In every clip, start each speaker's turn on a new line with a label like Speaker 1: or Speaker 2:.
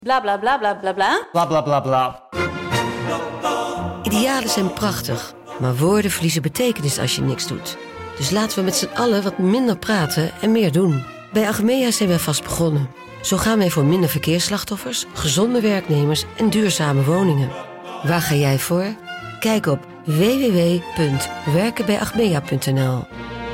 Speaker 1: Bla bla bla bla bla bla.
Speaker 2: Bla bla bla bla.
Speaker 3: Idealen zijn prachtig, maar woorden verliezen betekenis als je niks doet. Dus laten we met z'n allen wat minder praten en meer doen. Bij Achmea zijn wij vast begonnen. Zo gaan wij voor minder verkeersslachtoffers, gezonde werknemers en duurzame woningen. Waar ga jij voor? Kijk op www.werkenbijachmea.nl.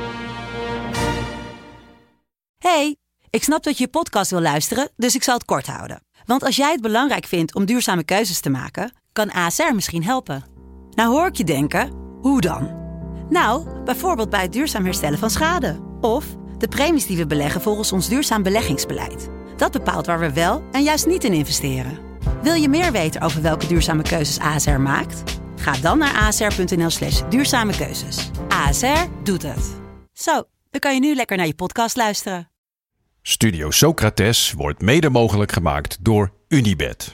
Speaker 4: Hey, ik snap dat je je podcast wil luisteren, dus ik zal het kort houden. Want als jij het belangrijk vindt om duurzame keuzes te maken, kan ASR misschien helpen. Nou hoor ik je denken, hoe dan? Nou, bijvoorbeeld bij het duurzaam herstellen van schade. Of de premies die we beleggen volgens ons duurzaam beleggingsbeleid. Dat bepaalt waar we wel en juist niet in investeren. Wil je meer weten over welke duurzame keuzes ASR maakt? Ga dan naar asr.nl/duurzame keuzes. ASR doet het. Zo, dan kan je nu lekker naar je podcast luisteren.
Speaker 5: Studio Socrates wordt mede mogelijk gemaakt door Unibet.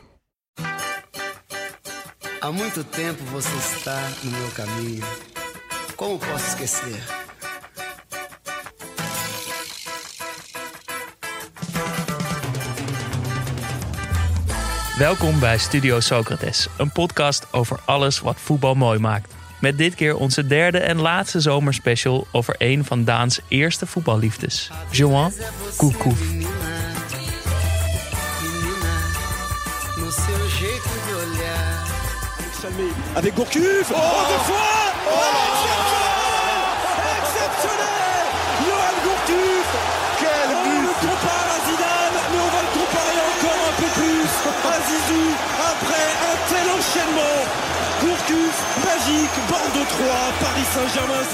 Speaker 6: Há muito tempo você está no meu caminho. Como posso esquecer?
Speaker 7: Welkom bij Studio Socrates, een podcast over alles wat voetbal mooi maakt. Met dit keer onze derde en laatste zomerspecial over een van Daans eerste voetballiefdes, Johan Gourcuff.
Speaker 8: Avec Gourcuff, deux fois! Exceptionnel! Johan Gourcuff! Quel but! On le compare à Zidane, mais on va le comparer encore un peu plus à Zizou après un tel enchaînement. Gourcuff, magique, Bordeaux 3, Paris Saint-Germain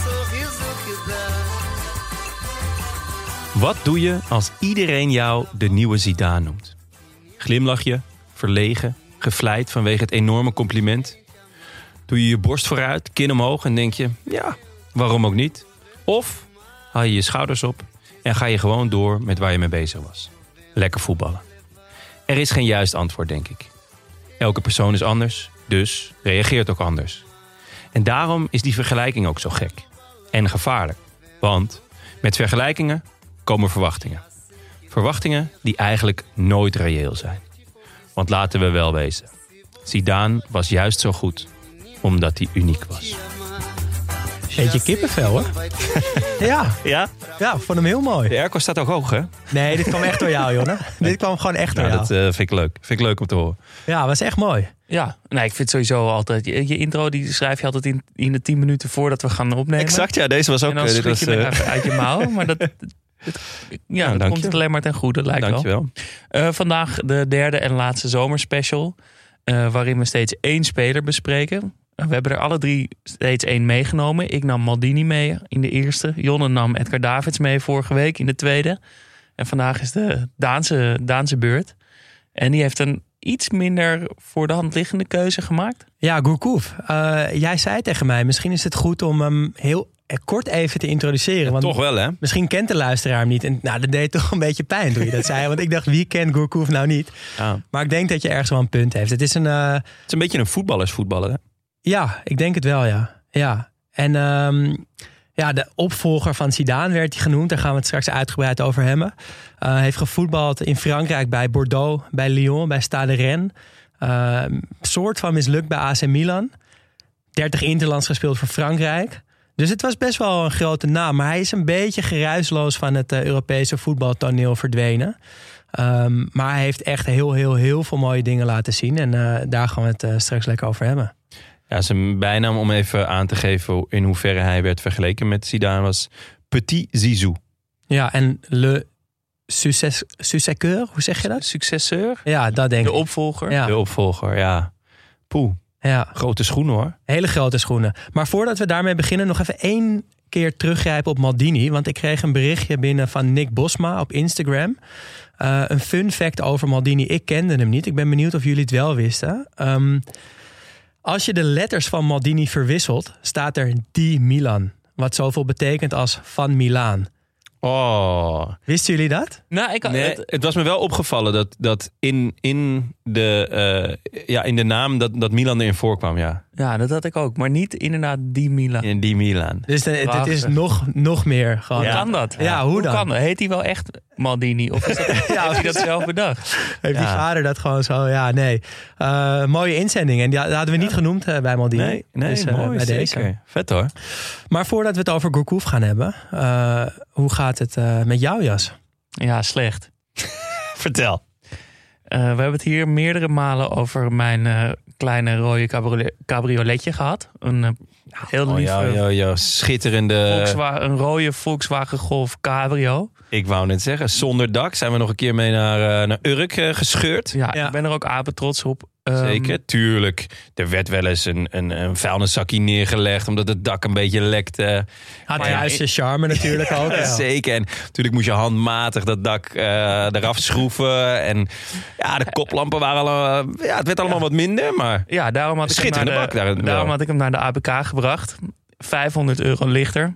Speaker 8: 0.
Speaker 9: Wat doe je als iedereen jou de nieuwe Zidane noemt? Glimlach je, verlegen, gevleid vanwege het enorme compliment? Doe je je borst vooruit, kin omhoog en denk je, ja, waarom ook niet? Of haal je je schouders op en ga je gewoon door met waar je mee bezig was? Lekker voetballen. Er is geen juist antwoord, denk ik. Elke persoon is anders, dus reageert ook anders. En daarom is die vergelijking ook zo gek. En gevaarlijk. Want met vergelijkingen komen verwachtingen. Verwachtingen die eigenlijk nooit reëel zijn. Want laten we wel wezen. Zidane was juist zo goed, omdat hij uniek was.
Speaker 2: Beetje kippenvel, hè? Ja.
Speaker 9: Ja?
Speaker 2: Ja, vond hem heel mooi.
Speaker 9: De airco staat ook hoog, hè?
Speaker 2: Nee, dit kwam echt door jou, Jonne. Dit kwam gewoon echt door jou.
Speaker 9: Dat vind ik leuk. Vind ik leuk om te horen.
Speaker 2: Ja, was echt mooi.
Speaker 7: Ja, nee, ik vind sowieso altijd... Je intro die schrijf je altijd in de 10 minuten voordat we gaan opnemen.
Speaker 9: Exact, ja. Deze was ook...
Speaker 7: En dan schud je er even uit je mouw. Maar dat komt het alleen maar ten goede, lijkt
Speaker 9: Dankjewel.
Speaker 7: wel. Vandaag de derde en laatste zomerspecial. Waarin we steeds 1 speler bespreken. We hebben er alle 3 steeds 1 meegenomen. Ik nam Maldini mee in de eerste. Jonne nam Edgar Davids mee vorige week in de tweede. En vandaag is de Daanse beurt. En die heeft een iets minder voor de hand liggende keuze gemaakt.
Speaker 2: Ja, Gourcuff. Jij zei tegen mij, misschien is het goed om hem heel kort even te introduceren.
Speaker 9: Ja,
Speaker 2: want
Speaker 9: toch wel, hè?
Speaker 2: Misschien kent de luisteraar hem niet. En nou, dat deed toch een beetje pijn toen je dat zei. Want ik dacht, wie kent Gourcuff nou niet?
Speaker 9: Ja.
Speaker 2: Maar ik denk dat je ergens wel een punt heeft. Het is een
Speaker 9: beetje een voetballer, hè?
Speaker 2: Ja, ik denk het wel, ja. En de opvolger van Zidane werd hij genoemd. Daar gaan we het straks uitgebreid over hebben. Heeft gevoetbald in Frankrijk bij Bordeaux, bij Lyon, bij Stade Rennes. Soort van mislukt bij AC Milan. 30 interlands gespeeld voor Frankrijk. Dus het was best wel een grote naam. Maar hij is een beetje geruisloos van het Europese voetbaltoneel verdwenen. Maar hij heeft echt heel veel mooie dingen laten zien. En daar gaan we het straks lekker over hebben.
Speaker 9: Ja, zijn bijnaam, om even aan te geven in hoeverre hij werd vergeleken met Zidane, was Petit Zizou.
Speaker 2: Ja, en le successeur, hoe zeg je dat?
Speaker 7: Successeur?
Speaker 2: Ja, dat denk ik.
Speaker 7: De opvolger?
Speaker 2: Ja.
Speaker 9: De opvolger, ja. Poeh.
Speaker 2: Ja.
Speaker 9: Grote schoenen, hoor.
Speaker 2: Hele grote schoenen. Maar voordat we daarmee beginnen, nog even 1 keer teruggrijpen op Maldini. Want ik kreeg een berichtje binnen van Nick Bosma op Instagram. Een fun fact over Maldini. Ik kende hem niet. Ik ben benieuwd of jullie het wel wisten. Als je de letters van Maldini verwisselt, staat er Di Milan. Wat zoveel betekent als van Milaan.
Speaker 9: Oh.
Speaker 2: Wisten jullie dat?
Speaker 7: Nou,
Speaker 9: het was me wel opgevallen dat in in de naam dat Milan erin voorkwam, ja.
Speaker 7: Ja, dat had ik ook. Maar niet inderdaad die Milan.
Speaker 9: In die Milan.
Speaker 2: Dus het is nog meer gewoon.
Speaker 7: Hoe kan dat?
Speaker 2: Ja, hoe dan?
Speaker 7: Kan dat? Heet hij wel echt Maldini? Of is dat, heeft hij dat zelf bedacht?
Speaker 2: Heeft die vader dat gewoon zo? Ja, nee. Mooie inzending. En die hadden we niet genoemd bij Maldini.
Speaker 9: Nee,
Speaker 2: dus,
Speaker 9: mooi,
Speaker 2: bij
Speaker 9: zeker.
Speaker 2: deze.
Speaker 9: Vet hoor.
Speaker 2: Maar voordat we het over Gourcuff gaan hebben. Hoe gaat het met jou, Jas?
Speaker 7: Ja, slecht.
Speaker 9: Vertel.
Speaker 7: We hebben het hier meerdere malen over mijn kleine rode cabrioletje gehad. Een heel lief
Speaker 9: schitterende...
Speaker 7: een rode Volkswagen Golf Cabrio.
Speaker 9: Ik wou net zeggen, zonder dak zijn we nog een keer mee naar Urk gescheurd.
Speaker 7: Ja, ik ben er ook apetrots op.
Speaker 9: Zeker, tuurlijk. Er werd wel eens een vuilniszakje neergelegd omdat het dak een beetje lekte.
Speaker 2: Had juist zijn charme natuurlijk ook. Ja.
Speaker 9: Zeker. En natuurlijk moest je handmatig dat dak eraf schroeven. En ja, de koplampen waren al... het werd allemaal wat minder, maar...
Speaker 7: Ja, daarom had ik hem naar de APK gebracht. €500 lichter.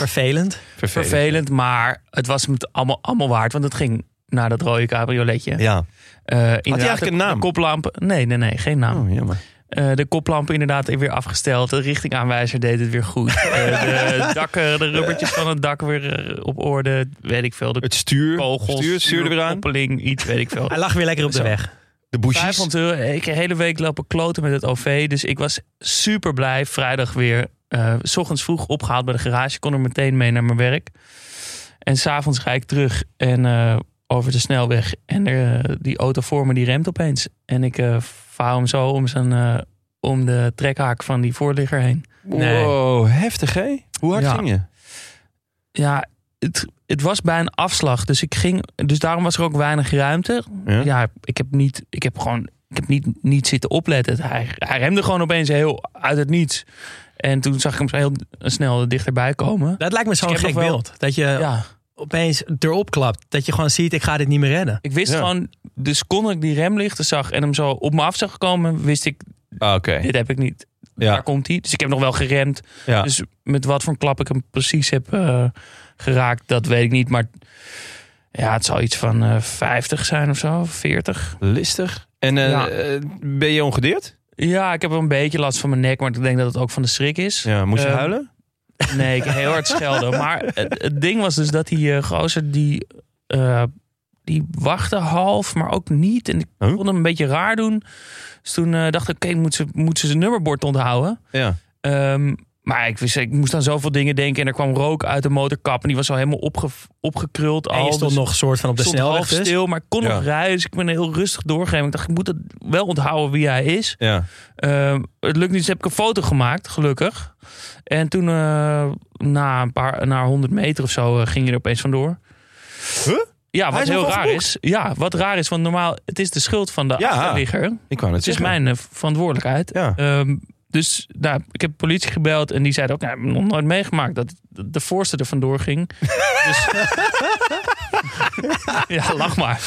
Speaker 7: Vervelend, maar het was hem allemaal waard. Want het ging naar dat rode cabrioletje.
Speaker 9: Ja. Had hij eigenlijk een naam?
Speaker 7: De koplampen... Nee, geen naam.
Speaker 9: Oh, jammer.
Speaker 7: De koplampen inderdaad weer afgesteld. De richtingaanwijzer deed het weer goed. De dakken, de rubbertjes van het dak weer op orde. Weet ik veel.
Speaker 9: Het stuur.
Speaker 7: Kogels,
Speaker 9: stuurde weer aan.
Speaker 7: Koppeling, iets, weet ik veel.
Speaker 2: Hij lag weer lekker op de weg.
Speaker 9: De boesjes.
Speaker 7: €500. Ik heb de hele week lopen kloten met het OV. Dus ik was super blij. Vrijdag weer 's ochtends vroeg opgehaald bij de garage. Ik kon er meteen mee naar mijn werk. En 's avonds ga ik terug en over de snelweg. En die auto voor me die remt opeens. En ik vouw hem zo om de trekhaak van die voorligger heen.
Speaker 9: Wow, heftig hè? Hoe hard ging je?
Speaker 7: Ja, het was bij een afslag. Dus daarom was er ook weinig ruimte. Ja, ik heb niet zitten opletten. Hij remde gewoon opeens heel uit het niets. En toen zag ik hem zo heel snel dichterbij komen.
Speaker 2: Dat lijkt me zo'n gek beeld. Dat je opeens erop klapt. Dat je gewoon ziet, ik ga dit niet meer redden.
Speaker 7: Ik wist gewoon, de seconde ik die remlichten zag en hem zo op me af zag komen, wist ik, dit heb ik niet.
Speaker 9: Ja.
Speaker 7: Daar komt hij. Dus ik heb nog wel geremd.
Speaker 9: Ja.
Speaker 7: Dus met wat voor een klap ik hem precies heb geraakt, dat weet ik niet. Maar ja, het zal iets van 50 zijn of zo, 40.
Speaker 9: Listig. En ben je ongedeerd?
Speaker 7: Ja, ik heb wel een beetje last van mijn nek, maar ik denk dat het ook van de schrik is.
Speaker 9: Ja, moest je huilen?
Speaker 7: Nee, ik heb heel hard schelden. Maar het ding was dus dat die gozer, die wachtte half, maar ook niet. En ik vond hem een beetje raar doen. Dus toen dacht ik, oké, moet ze zijn nummerbord onthouden.
Speaker 9: Ja.
Speaker 7: Maar ik moest aan zoveel dingen denken. En er kwam rook uit de motorkap. En die was al helemaal opgekruld.
Speaker 2: En je stond nog een soort van op de snelweg.
Speaker 7: Half stil, maar ik kon nog rijden. Dus ik ben heel rustig doorgegeven. Ik dacht, ik moet het wel onthouden wie hij is.
Speaker 9: Ja.
Speaker 7: Het lukt niet, dus heb ik een foto gemaakt, gelukkig. En toen, na 100 meter of zo, ging je er opeens vandoor.
Speaker 9: Huh?
Speaker 7: Ja, wat heel raar is. Ja, wat raar is, want normaal, het is de schuld van de achterligger.
Speaker 9: Ik wou het
Speaker 7: is mijn verantwoordelijkheid.
Speaker 9: Ja.
Speaker 7: Dus ik heb de politie gebeld en die zeiden ook, ik heb nog nooit meegemaakt dat de voorste er vandoor ging. Dus ja, lach maar.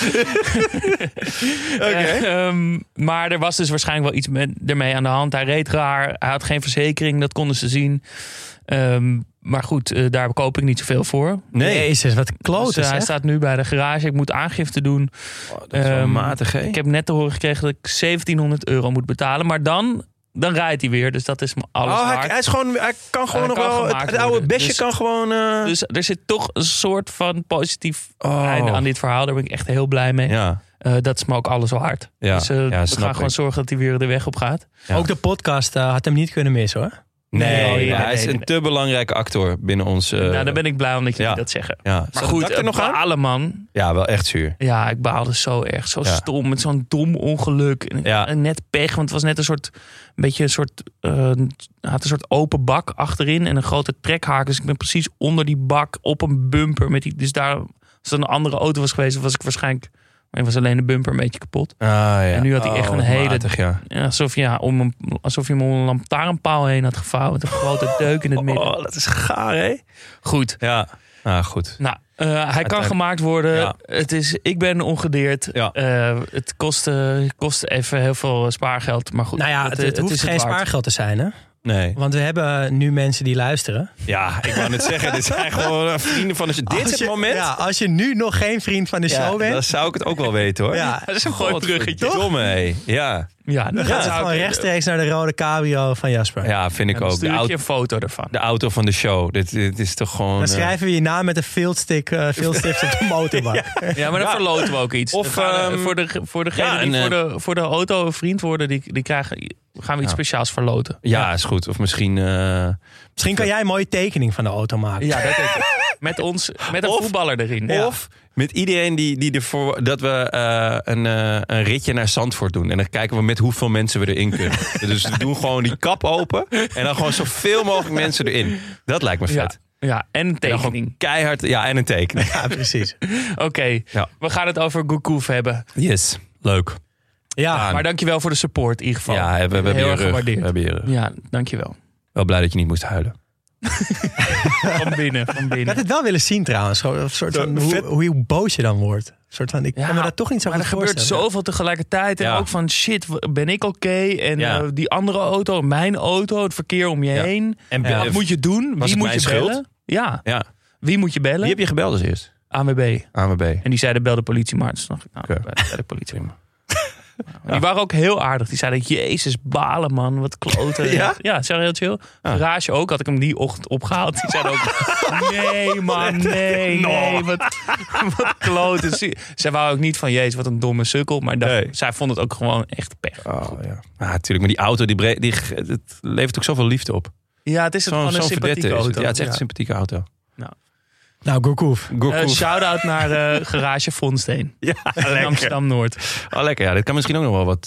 Speaker 7: Maar er was dus waarschijnlijk wel iets ermee aan de hand. Hij reed raar, hij had geen verzekering, dat konden ze zien. Maar goed, daar koop ik niet zoveel voor.
Speaker 2: Nee, Jezus, wat kloot
Speaker 7: dus, hij staat nu bij de garage. Ik moet aangifte doen.
Speaker 9: Dat is wel matig, hè?
Speaker 7: Ik heb net te horen gekregen dat ik €1700 moet betalen. Maar dan rijdt hij weer. Dus dat is me alles waard.
Speaker 9: Hij kan gewoon nog wel... Het oude besje kan gewoon...
Speaker 7: Dus er zit toch een soort van positief einde aan dit verhaal. Daar ben ik echt heel blij mee.
Speaker 9: Ja.
Speaker 7: Dat is me ook alles waard.
Speaker 9: Ja.
Speaker 7: Dus we gaan gewoon zorgen dat hij weer de weg op gaat.
Speaker 2: Ja. Ook de podcast had hem niet kunnen missen, hoor.
Speaker 9: Nee, hij is een te belangrijke actor binnen ons...
Speaker 7: Nou, daar ben ik blij om dat jullie dat zeggen.
Speaker 9: Ja.
Speaker 7: Maar goed,
Speaker 9: er nog aan?
Speaker 7: balen, man.
Speaker 9: Ja, wel echt zuur.
Speaker 7: Ja, ik baalde zo erg. Zo stom, met zo'n dom ongeluk. En net pech, want het was net had een soort open bak achterin en een grote trekhaak. Dus ik ben precies onder die bak op een bumper. Dus daar, als het een andere auto was geweest, was ik waarschijnlijk... Maar was alleen de bumper een beetje kapot. En nu had hij echt een hele...
Speaker 9: Matig,
Speaker 7: alsof je hem om een lantaarnpaal heen had gevouwen. Met een grote deuk in het midden.
Speaker 9: Oh, dat is gaar, hè?
Speaker 7: Goed.
Speaker 9: Ja, goed.
Speaker 7: Nou, hij kan gemaakt worden.
Speaker 9: Ja.
Speaker 7: Ik ben ongedeerd.
Speaker 9: Ja.
Speaker 7: Het kost even heel veel spaargeld. Maar goed.
Speaker 2: Nou ja, het hoeft geen spaargeld te zijn, hè?
Speaker 5: Nee.
Speaker 2: Want we hebben nu mensen die luisteren.
Speaker 5: Ja, ik wou net zeggen, dit zijn gewoon vrienden van de show. Dit is het moment.
Speaker 2: Ja, als je nu nog geen vriend van de show bent.
Speaker 5: Dan zou ik het ook wel weten, hoor.
Speaker 2: Ja,
Speaker 7: Dat is een mooi bruggetje.
Speaker 5: Domme, hé. Ja.
Speaker 7: Ja,
Speaker 2: dan gaat het gewoon rechtstreeks naar de rode cabrio van Jasper.
Speaker 5: Ja, vind ik
Speaker 7: dan
Speaker 5: ook.
Speaker 7: stuur ik je een foto ervan.
Speaker 5: De auto van de show. Dit is toch gewoon...
Speaker 2: Dan schrijven we je naam met een fieldstift op de motorbak.
Speaker 7: Ja, maar dan verloten we ook iets.
Speaker 5: Of,
Speaker 7: voor degene die voor de auto een vriend worden, die gaan we iets speciaals verloten.
Speaker 5: Ja, is goed. Of misschien...
Speaker 2: Misschien kan jij een mooie tekening van de auto maken.
Speaker 7: Ja, dat denk ik. Met een voetballer erin.
Speaker 2: Ja.
Speaker 5: Of met iedereen die ervoor... Dat we een ritje naar Zandvoort doen. En dan kijken we met hoeveel mensen we erin kunnen. Dus we doen gewoon die kap open. En dan gewoon zoveel mogelijk mensen erin. Dat lijkt me vet.
Speaker 7: Ja, en een
Speaker 5: En dan
Speaker 7: tekening.
Speaker 5: gewoon keihard... Ja, en een tekening.
Speaker 2: Ja, precies.
Speaker 7: Oké,
Speaker 5: Ja.
Speaker 7: we gaan het over Gourcuff hebben.
Speaker 5: Yes, leuk.
Speaker 2: Ja,
Speaker 7: Maar dankjewel voor de support in ieder geval.
Speaker 5: Ja, we hebben
Speaker 7: heel
Speaker 5: je
Speaker 7: erg
Speaker 5: rug.
Speaker 7: gewaardeerd.
Speaker 5: We hebben je rug.
Speaker 7: Ja, dankjewel.
Speaker 5: Wel blij dat je niet moest huilen.
Speaker 7: Van binnen.
Speaker 2: ik had het wel willen zien trouwens. Een soort van hoe boos je dan wordt. Een soort van, ik kan me dat toch niet zo
Speaker 7: maar
Speaker 2: goed
Speaker 7: er gebeurt
Speaker 2: voorstellen.
Speaker 7: zoveel tegelijkertijd. En
Speaker 5: Ja.
Speaker 7: ook van shit, ben ik oké? En
Speaker 5: Ja.
Speaker 7: die andere auto, mijn auto, het verkeer om je
Speaker 5: Ja.
Speaker 7: heen.
Speaker 5: En
Speaker 7: Wat moet je doen?
Speaker 5: Was
Speaker 7: Wie
Speaker 5: het
Speaker 7: moet
Speaker 5: mijn
Speaker 7: je
Speaker 5: schuld?
Speaker 7: bellen? Ja,
Speaker 5: Ja.
Speaker 7: wie moet je bellen?
Speaker 5: Wie heb je gebeld als eerst?
Speaker 7: ANWB.
Speaker 5: ANWB.
Speaker 7: En die zeiden bel de politie, maar dat snap ik. Nou,
Speaker 5: Oké.
Speaker 7: bij de politie. Die waren ook heel aardig. Die zeiden, jezus, balen man, wat kloten.
Speaker 5: Ja?
Speaker 7: Ja, ze waren heel chill.
Speaker 5: Ah.
Speaker 7: Garage ook, had ik hem die ochtend opgehaald. Die zeiden ook, nee man, nee, wat kloten. Zij waren ook niet van, jezus, wat een domme sukkel. Maar zij vonden het ook gewoon echt pech.
Speaker 5: Oh ja. Natuurlijk, maar die auto, het levert ook zoveel liefde op.
Speaker 7: Ja, het is gewoon een sympathieke
Speaker 5: verdette is het.
Speaker 7: auto.
Speaker 5: Ja, het is echt een sympathieke auto.
Speaker 2: Nou, Gourcuff.
Speaker 7: Shout-out naar Garage Vonsteen.
Speaker 5: Ja,
Speaker 7: In
Speaker 5: lekker.
Speaker 7: Amsterdam-Noord.
Speaker 5: Oh, lekker. Ja, dit kan misschien ook nog wel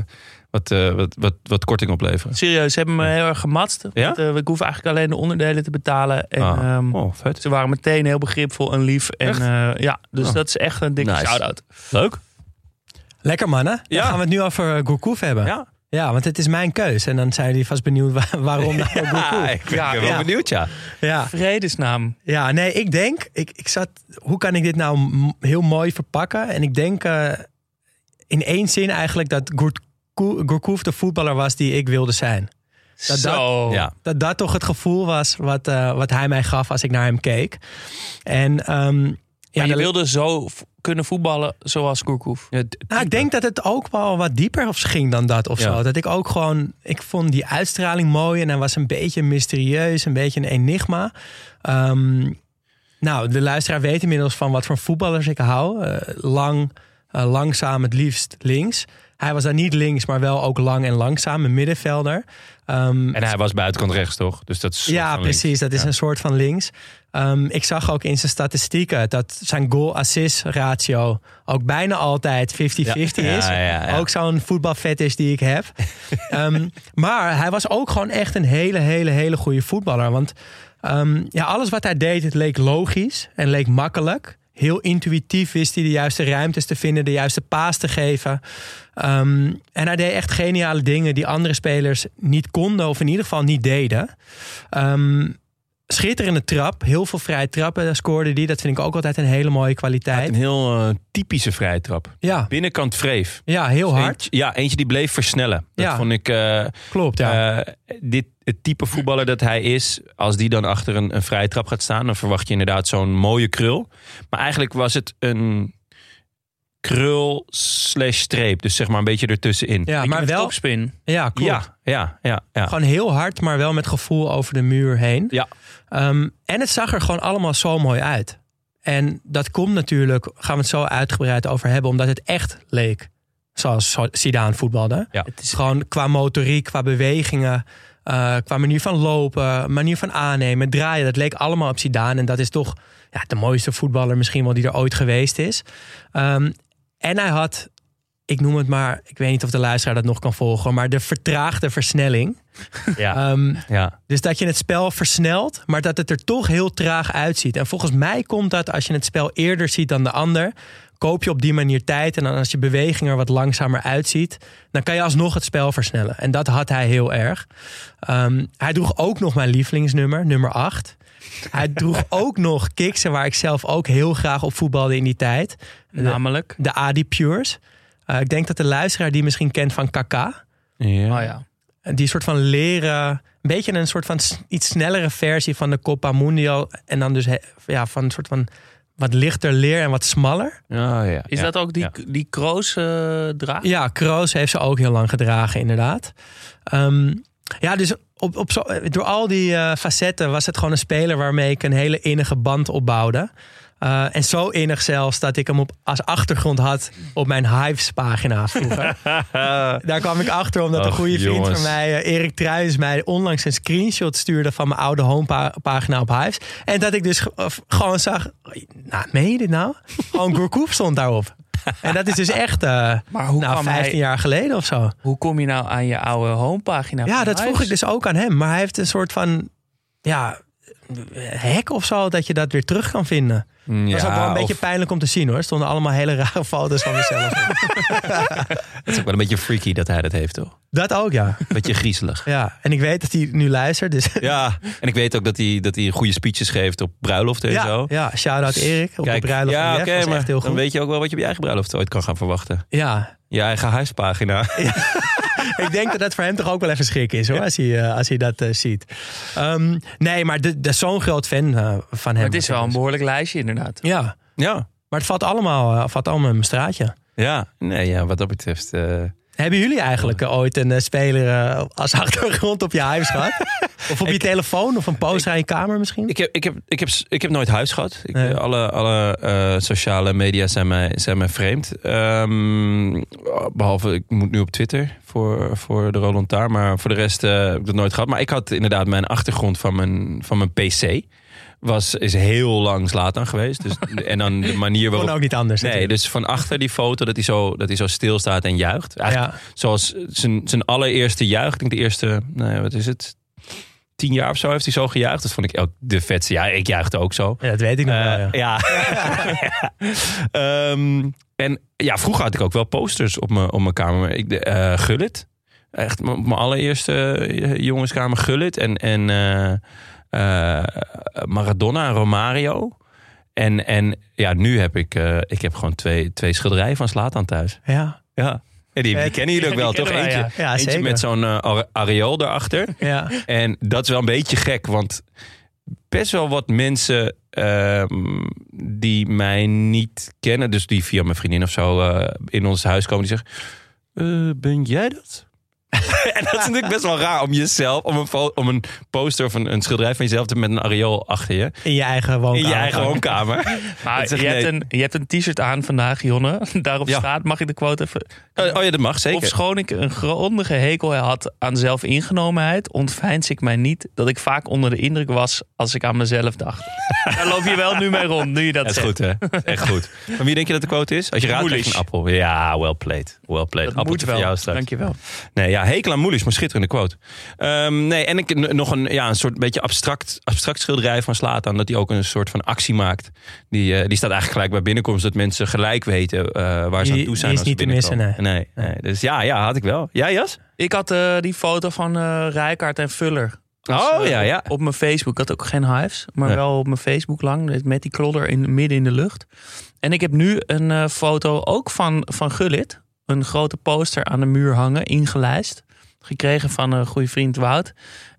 Speaker 5: wat korting opleveren.
Speaker 7: Serieus, ze hebben me heel erg gematst.
Speaker 5: Ja?
Speaker 7: Want, ik hoef eigenlijk alleen de onderdelen te betalen. En,
Speaker 5: vet.
Speaker 7: ze waren meteen heel begripvol en lief. En, dus dat is echt een dikke
Speaker 5: Nice.
Speaker 7: shout-out.
Speaker 5: Leuk.
Speaker 2: Lekker mannen. Dan
Speaker 5: Ja.
Speaker 2: gaan we het nu over Gourcuff hebben.
Speaker 5: Ja.
Speaker 2: Ja, want het is mijn keus. En dan zijn jullie vast benieuwd waarom nou Gourcuff.
Speaker 5: Ik ben wel benieuwd, ja.
Speaker 2: Ja.
Speaker 7: Vredesnaam.
Speaker 2: Ja, nee, ik denk... Ik zat, hoe kan ik dit nou heel mooi verpakken? En ik denk in één zin eigenlijk dat Gourcuff de voetballer was die ik wilde zijn.
Speaker 5: Ja.
Speaker 2: Dat toch het gevoel was wat hij mij gaf als ik naar hem keek. En
Speaker 7: Maar je wilde zo kunnen voetballen zoals Gourcuff.
Speaker 5: Ja,
Speaker 2: nou, ik denk dat het ook wel wat dieper ging dan dat of
Speaker 5: Ja.
Speaker 2: zo. Dat ik ook gewoon... Ik vond die uitstraling mooi en hij was een beetje mysterieus, een beetje een enigma. Nou, de luisteraar weet inmiddels van wat voor voetballers ik hou. Langzaam, het liefst links. Hij was daar niet links, maar wel ook lang en langzaam, een middenvelder.
Speaker 5: En hij was buitenkant rechts, toch? Dus dat is
Speaker 2: Ja, precies. Dat is een soort van links. Ik zag ook in zijn statistieken dat zijn goal-assist ratio ook bijna altijd 50-50 is.
Speaker 5: Ja.
Speaker 2: Ook zo'n voetbalfetish die ik heb. Maar hij was ook gewoon echt een hele goede voetballer. Want alles wat hij deed, het leek logisch en leek makkelijk. Heel intuïtief wist hij de juiste ruimtes te vinden, de juiste paas te geven. En hij deed echt geniale dingen die andere spelers niet konden of in ieder geval niet deden. Schitterende trap, heel veel vrije trappen scoorde die. Dat vind ik ook altijd een hele mooie kwaliteit.
Speaker 5: Een heel typische vrije trap.
Speaker 2: Ja.
Speaker 5: Binnenkant wreef.
Speaker 2: Ja, heel hard.
Speaker 5: Eentje die bleef versnellen. Dat vond ik...
Speaker 2: Klopt, ja.
Speaker 5: Het type voetballer dat hij is, als die dan achter een vrije trap gaat staan, dan verwacht je inderdaad zo'n mooie krul. Maar eigenlijk was het een krul/streep. Dus zeg maar een beetje ertussenin.
Speaker 2: Ja, maar wel
Speaker 7: topspin.
Speaker 2: Ja, klopt.
Speaker 5: Ja.
Speaker 2: Gewoon heel hard, maar wel met gevoel over de muur heen.
Speaker 5: Ja.
Speaker 2: En het zag er gewoon allemaal zo mooi uit. En dat komt natuurlijk, gaan we het zo uitgebreid over hebben, omdat het echt leek zoals Zidane voetbalde.
Speaker 5: Ja.
Speaker 2: Het is gewoon qua motoriek, qua bewegingen, qua manier van lopen, manier van aannemen, draaien. Dat leek allemaal op Zidane. En dat is toch de mooiste voetballer misschien wel die er ooit geweest is. En hij had, ik noem het maar, ik weet niet of de luisteraar dat nog kan volgen, maar de vertraagde versnelling.
Speaker 5: Ja.
Speaker 2: Dus dat je het spel versnelt, maar dat het er toch heel traag uitziet. En volgens mij komt dat als je het spel eerder ziet dan de ander, koop je op die manier tijd. En dan als je beweging er wat langzamer uitziet, dan kan je alsnog het spel versnellen. En dat had hij heel erg. Hij droeg ook nog mijn lievelingsnummer, nummer 8. Hij droeg ook nog kiksen waar ik zelf ook heel graag op voetbalde in die tijd.
Speaker 7: Namelijk?
Speaker 2: De Adi Pures. Ik denk dat de luisteraar die misschien kent van Kaka.
Speaker 5: Ja.
Speaker 7: Oh ja.
Speaker 2: Die soort van leren beetje een soort van iets snellere versie van de Copa Mundial. En dan dus van een soort van wat lichter leer en wat smaller.
Speaker 7: Is dat ook die Kroos draagt?
Speaker 2: Ja, Kroos heeft ze ook heel lang gedragen, inderdaad. Dus door al die facetten was het gewoon een speler waarmee ik een hele innige band opbouwde. En zo innig zelfs dat ik hem als achtergrond had op mijn Hives-pagina vroeger. Daar kwam ik achter omdat een goede vriend van mij, Erik Truijens, mij onlangs een screenshot stuurde van mijn oude homepagina op Hives. En dat ik dus gewoon zag, meen je dit nou? Gewoon Gourcuff stond daarop. En dat is dus echt 15 jaar geleden of zo.
Speaker 7: Hoe kom je nou aan je oude homepagina?
Speaker 2: Ja, dat vroeg ik dus ook aan hem. Maar hij heeft een soort van hek of zo dat je dat weer terug kan vinden. Dat is ook wel een beetje pijnlijk om te zien hoor. Er stonden allemaal hele rare foto's van mezelf.
Speaker 5: Het is ook wel een beetje freaky dat hij dat heeft, toch?
Speaker 2: Dat ook, ja.
Speaker 5: Beetje griezelig.
Speaker 2: Ja, en ik weet dat hij nu luistert. Dus.
Speaker 5: Ja, en ik weet ook dat hij goede speeches geeft op bruiloften en zo.
Speaker 2: Ja, shout-out Erik op de bruiloft.
Speaker 5: Ja, oké, maar
Speaker 2: echt heel goed.
Speaker 5: Dan weet je ook wel wat je op je eigen bruiloft ooit kan gaan verwachten.
Speaker 2: Ja.
Speaker 5: Je eigen huispagina.
Speaker 2: Ja. Ik denk dat dat voor hem toch ook wel even schrik is hoor, als hij dat ziet. Nee, maar dat is zo'n groot fan van hem.
Speaker 7: Maar het is wel een behoorlijk lijstje inderdaad.
Speaker 2: Ja. Maar het valt allemaal in mijn straatje.
Speaker 5: Ja, wat dat betreft.
Speaker 2: Hebben jullie eigenlijk ooit een speler als achtergrond op je huis gehad? Of op je telefoon of een poster aan je kamer misschien?
Speaker 5: Ik heb nooit huis gehad. Alle sociale media zijn mij vreemd. Behalve, ik moet nu op Twitter voor de Roland Taar. Maar voor de rest heb ik dat nooit gehad. Maar ik had inderdaad mijn achtergrond van mijn PC. Is heel lang Zlatan geweest. Dus, en dan de manier waarop...
Speaker 2: Kon ook niet anders.
Speaker 5: Nee,
Speaker 2: natuurlijk.
Speaker 5: dus van achter die foto dat hij zo stil staat en juicht. Eigenlijk zoals zijn allereerste juich. Ik denk de eerste, 10 jaar of zo heeft hij zo gejuicht. Dat vond ik ook de vetste. Ja, ik juichte ook zo.
Speaker 2: Ja, dat weet ik nog wel. Ja.
Speaker 5: En vroeger had ik ook wel posters op mijn kamer. Gullit. Echt mijn allereerste jongenskamer Gullit. En Maradona, Romario. En nu heb ik heb gewoon twee schilderijen van Zlatan thuis.
Speaker 2: Ja.
Speaker 5: Die kennen jullie ook wel, toch? Eentje
Speaker 2: zeker.
Speaker 5: met zo'n areool erachter.
Speaker 2: Ja.
Speaker 5: En dat is wel een beetje gek, want best wel wat mensen die mij niet kennen, dus die via mijn vriendin of zo in ons huis komen, die zeggen, ben jij dat? En dat is natuurlijk best wel raar om jezelf, om een poster of een schilderij van jezelf te met een areool achter je.
Speaker 2: In je eigen woonkamer.
Speaker 7: Maar je hebt een t-shirt aan vandaag, Jonne. Daarop staat, mag ik de quote even...
Speaker 5: dat mag, zeker.
Speaker 7: Of schoon ik een grondige hekel had aan zelfingenomenheid, ontveins ik mij niet dat ik vaak onder de indruk was als ik aan mezelf dacht. Daar loop je wel nu mee rond, nu je dat zegt.
Speaker 5: Dat is goed, hè? Echt goed. Van wie denk je dat de quote is? Als je raadt, krijg je een appel. Ja, well played. Well played.
Speaker 7: Dat moet wel. Voor jou straks. Dankjewel.
Speaker 5: Nee, hekel aan Moelis, maar schitterende quote. En ik nog een soort beetje abstract schilderij van Zlatan, dat hij ook een soort van actie maakt. Die staat eigenlijk gelijk bij binnenkomst, dat mensen gelijk weten waar ze aan toe zijn.
Speaker 2: Die is niet te missen,
Speaker 5: nee. Dus had ik wel. Jij, Jas?
Speaker 7: Ik had die foto van Rijkaard en Vuller. Op mijn Facebook. Ik had ook geen Hives, maar wel op mijn Facebook lang. Met die klodder midden in de lucht. En ik heb nu een foto ook van Gullit. Een grote poster aan de muur hangen, ingelijst. Gekregen van een goede vriend Wout.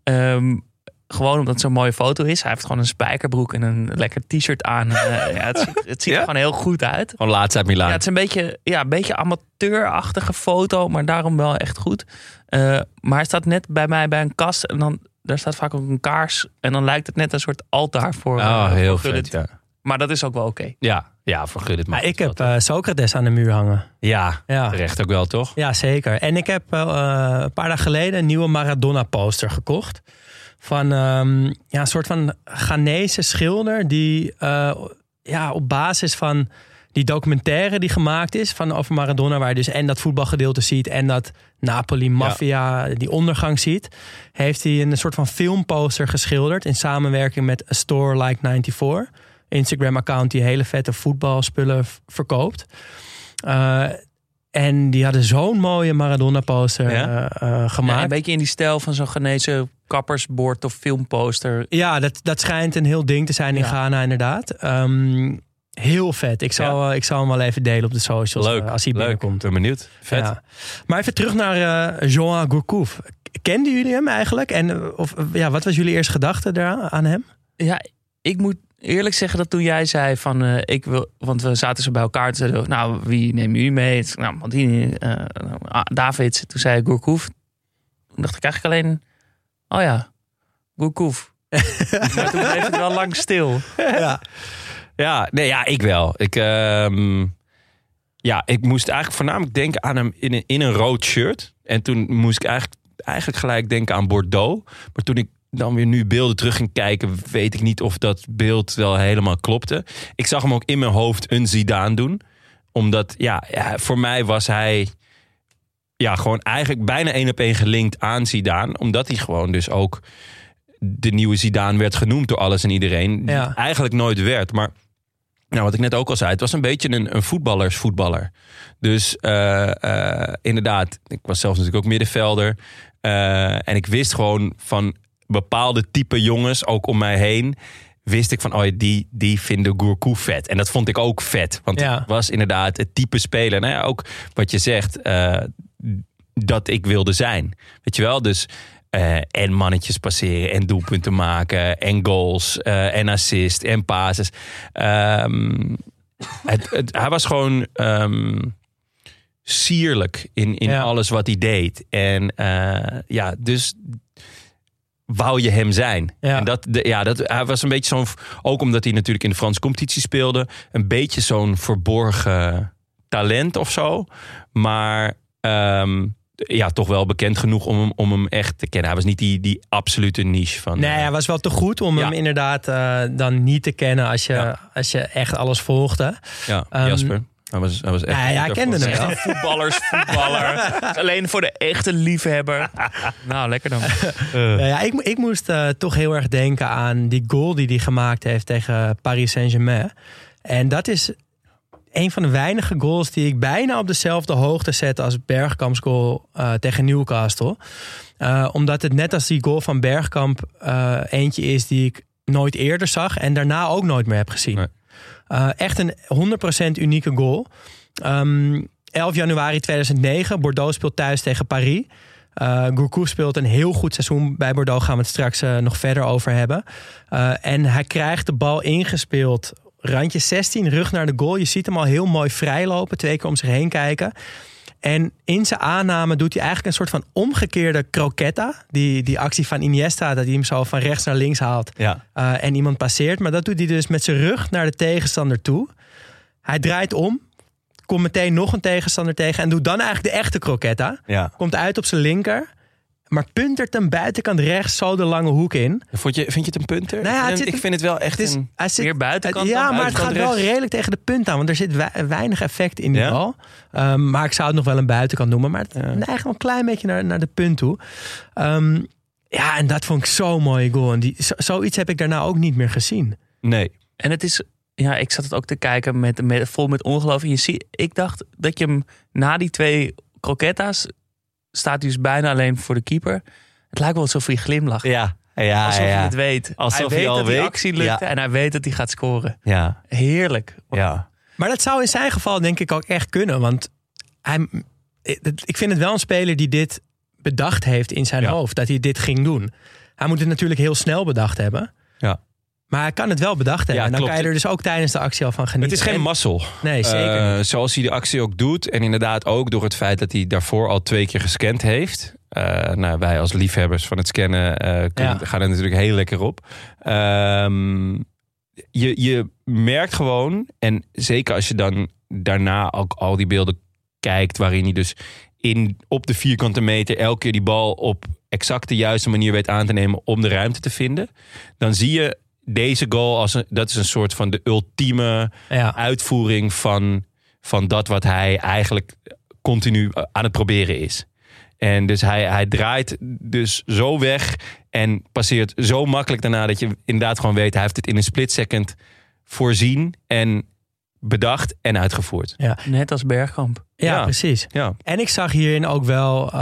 Speaker 7: Gewoon omdat het zo'n mooie foto is. Hij heeft gewoon een spijkerbroek en een lekker t-shirt aan. Het ziet er gewoon heel goed uit.
Speaker 5: Gewoon laatst uit Milaan.
Speaker 7: Ja, het is een beetje amateurachtige foto, maar daarom wel echt goed. Maar hij staat net bij mij bij een kast en daar staat vaak ook een kaars. En dan lijkt het net een soort altaar voor
Speaker 5: heel
Speaker 7: Gullit.
Speaker 5: vet, ja.
Speaker 7: Maar dat is ook wel oké.
Speaker 5: Ja, voor Gullit.
Speaker 2: Maar ik heb Socrates aan de muur hangen.
Speaker 5: Ja, terecht ook wel, toch?
Speaker 2: Ja, zeker. En ik heb een paar dagen geleden een nieuwe Maradona-poster gekocht. Van een soort van Ghanese schilder die op basis van die documentaire die gemaakt is over Maradona, waar je dus en dat voetbalgedeelte ziet en dat Napoli-maffia, die ondergang ziet, heeft hij een soort van filmposter geschilderd in samenwerking met A Store Like 94. Instagram-account die hele vette voetbalspullen verkoopt. En die hadden zo'n mooie Maradona-poster gemaakt.
Speaker 7: Ja, een beetje in die stijl van zo'n Ghanese kappersbord of filmposter.
Speaker 2: Ja, dat schijnt een heel ding te zijn in Ghana inderdaad. Heel vet. Ik zal hem wel even delen op de socials.
Speaker 5: Leuk,
Speaker 2: als hij binnenkomt.
Speaker 5: Ben benieuwd. Vet.
Speaker 2: Ja. Maar even terug naar Johan Gourcuff. kenden jullie hem eigenlijk? En wat was jullie eerste gedachte aan hem?
Speaker 7: Ja, ik moet eerlijk zeggen dat toen jij zei van want we zaten zo bij elkaar. Toen zeiden we, nou, wie nemen jullie mee? Nou, Maldini, Davids. Toen zei Gourcuff. Toen dacht ik eigenlijk alleen, oh ja, Gourcuff. Maar toen bleef het wel lang stil.
Speaker 5: Ik wel. Ik moest eigenlijk voornamelijk denken aan hem in een rood shirt. En toen moest ik eigenlijk gelijk denken aan Bordeaux. Maar toen ik dan weer nu beelden terug ging kijken, weet ik niet of dat beeld wel helemaal klopte. Ik zag hem ook in mijn hoofd een Zidane doen. Omdat, voor mij was hij gewoon eigenlijk bijna 1-op-1 gelinkt aan Zidane. Omdat hij gewoon dus ook de nieuwe Zidane werd genoemd door alles en iedereen. Die eigenlijk nooit werd. Maar wat ik net ook al zei, het was een beetje een voetballer. Dus inderdaad, ik was zelfs natuurlijk ook middenvelder. En ik wist gewoon van bepaalde type jongens, ook om mij heen, wist ik van, die vinden Gourcuff vet. En dat vond ik ook vet. Want het was inderdaad het type speler. Nou ja, ook wat je zegt, dat ik wilde zijn. Weet je wel? Dus en mannetjes passeren en doelpunten maken en goals en assist en passes. Hij was gewoon sierlijk in alles wat hij deed. En dus wou je hem zijn. Ja. En hij was een beetje zo'n, ook omdat hij natuurlijk in de Franse competitie speelde, een beetje zo'n verborgen talent of zo. Maar toch wel bekend genoeg om hem echt te kennen. Hij was niet die absolute niche van.
Speaker 2: Nee, hij was wel te goed om hem inderdaad dan niet te kennen als je echt alles volgde. Ja,
Speaker 5: Jasper. Hij was echt.
Speaker 2: Hij kende hem wel.
Speaker 7: Voetballer. Alleen voor de echte liefhebber. Nou, lekker dan.
Speaker 2: Ik moest toch heel erg denken aan die goal die hij gemaakt heeft tegen Paris Saint-Germain. En dat is een van de weinige goals die ik bijna op dezelfde hoogte zet als Bergkamp's goal tegen Newcastle. Omdat het net als die goal van Bergkamp eentje is die ik nooit eerder zag en daarna ook nooit meer heb gezien. Nee. Echt een 100% unieke goal. 11 januari 2009. Bordeaux speelt thuis tegen Paris. Gourcuff speelt een heel goed seizoen bij Bordeaux. Gaan we het straks nog verder over hebben. En hij krijgt de bal ingespeeld. Randje 16, rug naar de goal. Je ziet hem al heel mooi vrijlopen. 2 keer om zich heen kijken. En in zijn aanname doet hij eigenlijk een soort van omgekeerde croquetta. Die actie van Iniesta, dat hij hem zo van rechts naar links haalt. Ja. En iemand passeert. Maar dat doet hij dus met zijn rug naar de tegenstander toe. Hij draait om. Komt meteen nog een tegenstander tegen. En doet dan eigenlijk de echte croquetta. Ja. Komt uit op zijn linker. Maar puntert hem buitenkant rechts zo de lange hoek in.
Speaker 5: Vind je het een punter? Nou ja, ik vind het wel echt
Speaker 7: meer buitenkant.
Speaker 2: Ja, maar het gaat wel redelijk tegen de punt aan. Want er zit weinig effect in die bal. Maar ik zou het nog wel een buitenkant noemen. Maar het neigt wel een klein beetje naar de punt toe. En dat vond ik zo'n mooie goal. En zoiets heb ik daarna ook niet meer gezien.
Speaker 5: Nee.
Speaker 7: En het is, ik zat het ook te kijken vol met ongeloof. Ik dacht dat je hem na die 2 croquetta's staat hij dus bijna alleen voor de keeper. Het lijkt wel alsof hij glimlacht. Alsof hij het weet. Alsof hij weet dat die actie lukte en hij weet dat hij gaat scoren. Ja. Heerlijk.
Speaker 2: Ja. Maar dat zou in zijn geval denk ik ook echt kunnen. Want ik vind het wel een speler die dit bedacht heeft in zijn hoofd. Dat hij dit ging doen. Hij moet het natuurlijk heel snel bedacht hebben. Ja. Maar hij kan het wel bedacht hebben. En dan kan je er dus ook tijdens de actie al van genieten.
Speaker 5: Het is geen mazzel.
Speaker 2: Nee, zeker niet.
Speaker 5: Zoals hij de actie ook doet. En inderdaad ook door het feit dat hij daarvoor al 2 keer gescand heeft. Wij als liefhebbers van het scannen gaan er natuurlijk heel lekker op. Je merkt gewoon, en zeker als je dan daarna ook al die beelden kijkt, waarin hij dus op de vierkante meter elke keer die bal op exact de juiste manier weet aan te nemen om de ruimte te vinden. Dan zie je deze goal dat is een soort van de ultieme uitvoering van dat wat hij eigenlijk continu aan het proberen is. En dus hij draait dus zo weg en passeert zo makkelijk daarna dat je inderdaad gewoon weet, hij heeft het in een split second voorzien en bedacht en uitgevoerd.
Speaker 7: Ja. Net als Bergkamp.
Speaker 2: Ja, precies. Ja. En ik zag hierin ook wel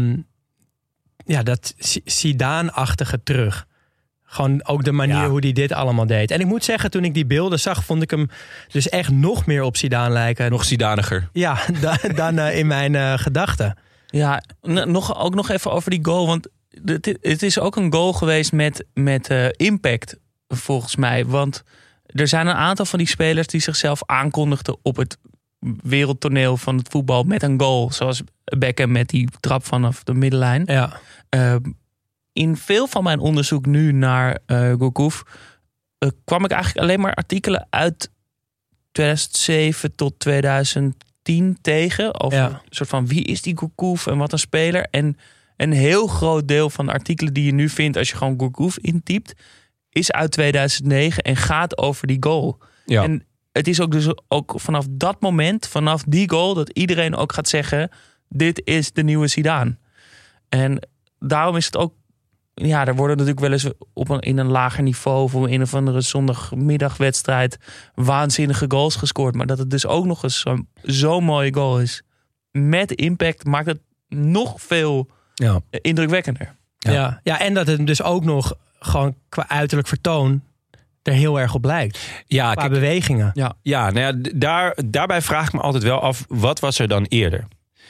Speaker 2: dat Zidane-achtige terug. Gewoon ook de manier hoe hij dit allemaal deed. En ik moet zeggen, toen ik die beelden zag, vond ik hem dus echt nog meer op Zidane lijken.
Speaker 5: Nog Zidaniger.
Speaker 2: Ja, dan in mijn gedachten.
Speaker 7: Ja, ook nog even over die goal. Want het is ook een goal geweest met impact, volgens mij. Want er zijn een aantal van die spelers die zichzelf aankondigden op het wereldtoneel van het voetbal met een goal. Zoals Beckham met die trap vanaf de middenlijn.
Speaker 2: Ja.
Speaker 7: In veel van mijn onderzoek nu naar Gourcuff kwam ik eigenlijk alleen maar artikelen uit 2007 tot 2010 tegen. Over een soort van wie is die Gourcuff en wat een speler. En een heel groot deel van de artikelen die je nu vindt als je gewoon Gourcuff intypt, is uit 2009 en gaat over die goal.
Speaker 5: Ja.
Speaker 7: En het is ook dus ook vanaf dat moment, vanaf die goal, dat iedereen ook gaat zeggen, dit is de nieuwe Zidane. En daarom is het ook, ja, er worden natuurlijk wel eens in een lager niveau of in een of andere zondagmiddagwedstrijd waanzinnige goals gescoord. Maar dat het dus ook nog eens zo'n mooie goal is met impact, maakt het nog veel indrukwekkender.
Speaker 2: Ja, en dat het dus ook nog gewoon qua uiterlijk vertoon er heel erg op lijkt.
Speaker 5: Ja,
Speaker 2: qua bewegingen.
Speaker 5: Ja, nou ja, daarbij vraag ik me altijd wel af, wat was er dan eerder?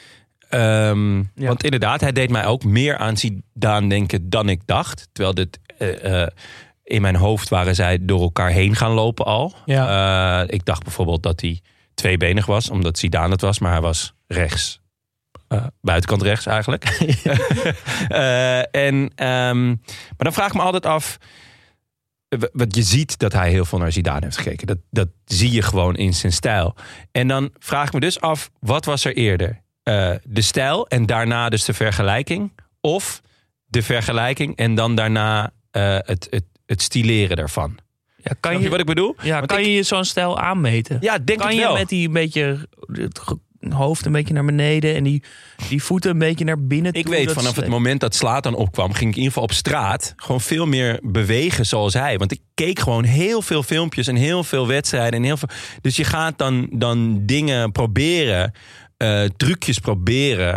Speaker 5: Want inderdaad, hij deed mij ook meer aan Zidane denken dan ik dacht. Terwijl dit in mijn hoofd waren zij door elkaar heen gaan lopen al. Ja. Ik dacht bijvoorbeeld dat hij tweebenig was, omdat Zidane het was, maar hij was rechts. Buitenkant rechts eigenlijk. Maar dan vraag ik me altijd af, wat je ziet dat hij heel veel naar Zidane heeft gekeken. Dat zie je gewoon in zijn stijl. En dan vraag ik me dus af, wat was er eerder? De stijl en daarna dus de vergelijking? Of de vergelijking en dan daarna het stileren daarvan?
Speaker 7: Ja, kan je
Speaker 5: wat ik bedoel?
Speaker 7: Ja, kan je zo'n stijl aanmeten?
Speaker 5: Ja, denk
Speaker 7: kan
Speaker 5: ik
Speaker 7: je
Speaker 5: wel.
Speaker 7: met die een beetje het hoofd een beetje naar beneden en die voeten een beetje naar binnen toe?
Speaker 5: Ik weet vanaf het moment dat Zlatan opkwam, ging ik in ieder geval op straat gewoon veel meer bewegen zoals hij. Want ik keek gewoon heel veel filmpjes en heel veel wedstrijden. En heel veel. Dus je gaat dan dingen proberen, trucjes proberen.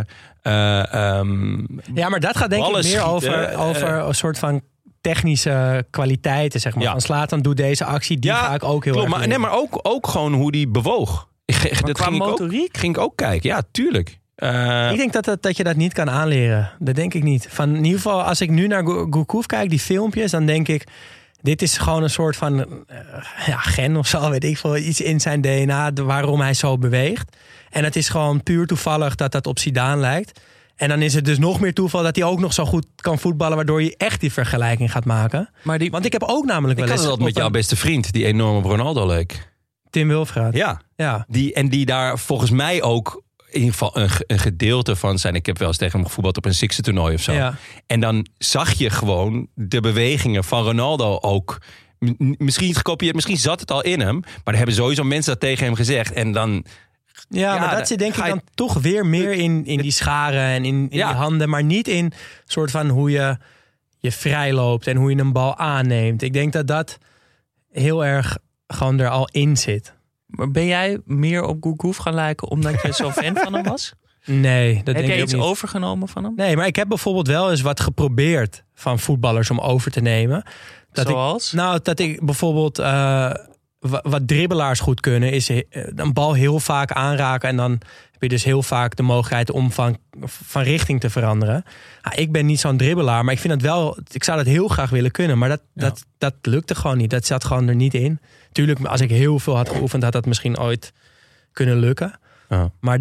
Speaker 2: Ja, maar dat gaat denk ik meer over een soort van technische kwaliteiten, zeg maar.
Speaker 5: Ja.
Speaker 2: Van Zlatan doet deze actie, die ga ik ook heel erg leren.
Speaker 5: Maar ook gewoon hoe die bewoog.
Speaker 7: Qua motoriek?
Speaker 5: Ging ik ook kijken, ja, tuurlijk.
Speaker 2: Ik denk dat je dat niet kan aanleren. Dat denk ik niet. In ieder geval, als ik nu naar Gourcuff kijk, die filmpjes, dan denk ik, dit is gewoon een soort van gen of zo, weet ik veel. Iets in zijn DNA, waarom hij zo beweegt. En het is gewoon puur toevallig dat op Zidane lijkt. En dan is het dus nog meer toeval dat hij ook nog zo goed kan voetballen, waardoor je echt die vergelijking gaat maken. Want ik heb ook namelijk wel eens...
Speaker 5: Ik had het met jouw beste vriend, die enorm op Ronaldo leek.
Speaker 2: Tim Wilfraat.
Speaker 5: Ja. Die daar volgens mij ook in ieder geval een gedeelte van zijn. Ik heb wel eens tegen hem gevoetbald op een Sixte toernooi of zo. Ja. En dan zag je gewoon de bewegingen van Ronaldo ook. Misschien gekopieerd, misschien zat het al in hem. Maar er hebben sowieso mensen dat tegen hem gezegd. En dan...
Speaker 2: Ja, maar dat zit denk ik dan toch weer meer in die scharen en in die handen. Maar niet in soort van hoe je vrij loopt en hoe je een bal aanneemt. Ik denk dat heel erg gewoon er al in zit.
Speaker 7: Maar ben jij meer op Gourcuff gaan lijken omdat je zo fan van hem was?
Speaker 2: Nee, dat
Speaker 7: heb
Speaker 2: denk
Speaker 7: jij
Speaker 2: ik
Speaker 7: iets
Speaker 2: niet.
Speaker 7: Overgenomen van hem?
Speaker 2: Nee, maar ik heb bijvoorbeeld wel eens wat geprobeerd van voetballers om over te nemen.
Speaker 7: Zoals?
Speaker 2: Dat ik bijvoorbeeld wat dribbelaars goed kunnen, is een bal heel vaak aanraken. En dan heb je dus heel vaak de mogelijkheid om van richting te veranderen. Ik ben niet zo'n dribbelaar, maar ik vind het wel. Ik zou dat heel graag willen kunnen, maar dat lukte gewoon niet. Dat zat gewoon er niet in. Tuurlijk, als ik heel veel had geoefend, had dat misschien ooit kunnen lukken. Ja. Maar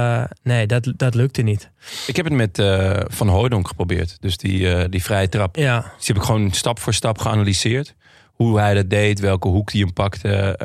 Speaker 2: dat lukte niet.
Speaker 5: Ik heb het met Van Hooijdonk geprobeerd. Dus die vrije trap.
Speaker 2: Ja.
Speaker 5: Dus die heb ik gewoon stap voor stap geanalyseerd. Hoe hij dat deed, welke hoek die hem pakte.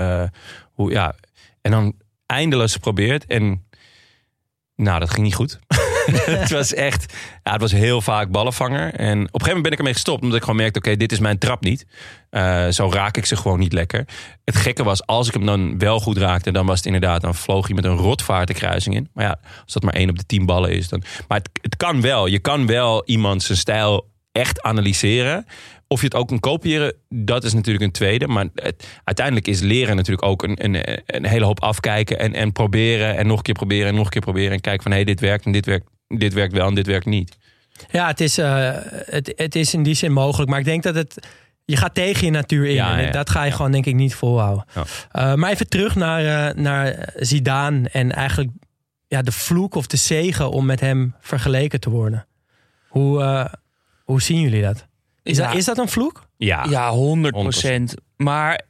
Speaker 5: En dan eindeloos geprobeerd. En dat ging niet goed. Het was echt... Ja, het was heel vaak ballenvanger. En op een gegeven moment ben ik ermee gestopt. Omdat ik gewoon merkte, oké, dit is mijn trap niet. Zo raak ik ze gewoon niet lekker. Het gekke was, als ik hem dan wel goed raakte... dan was het inderdaad, dan vloog hij met een rotvaart de kruising in. Maar ja, als dat maar 1 op de 10 ballen is... dan. Maar het kan wel. Je kan wel iemand zijn stijl echt analyseren. Of je het ook kan kopiëren, dat is natuurlijk een tweede. Maar uiteindelijk is leren natuurlijk ook een hele hoop afkijken... en proberen en nog een keer proberen en nog een keer proberen... en kijken van, dit werkt en dit werkt wel en dit werkt niet. Ja,
Speaker 2: het is in die zin mogelijk. Maar ik denk dat je gaat tegen je natuur in. En dat ga je gewoon denk ik niet volhouden. Ja. Maar even terug naar Zidane en eigenlijk de vloek of de zegen om met hem vergeleken te worden. Hoe zien jullie dat? Is dat een vloek?
Speaker 7: Ja, 100%. Maar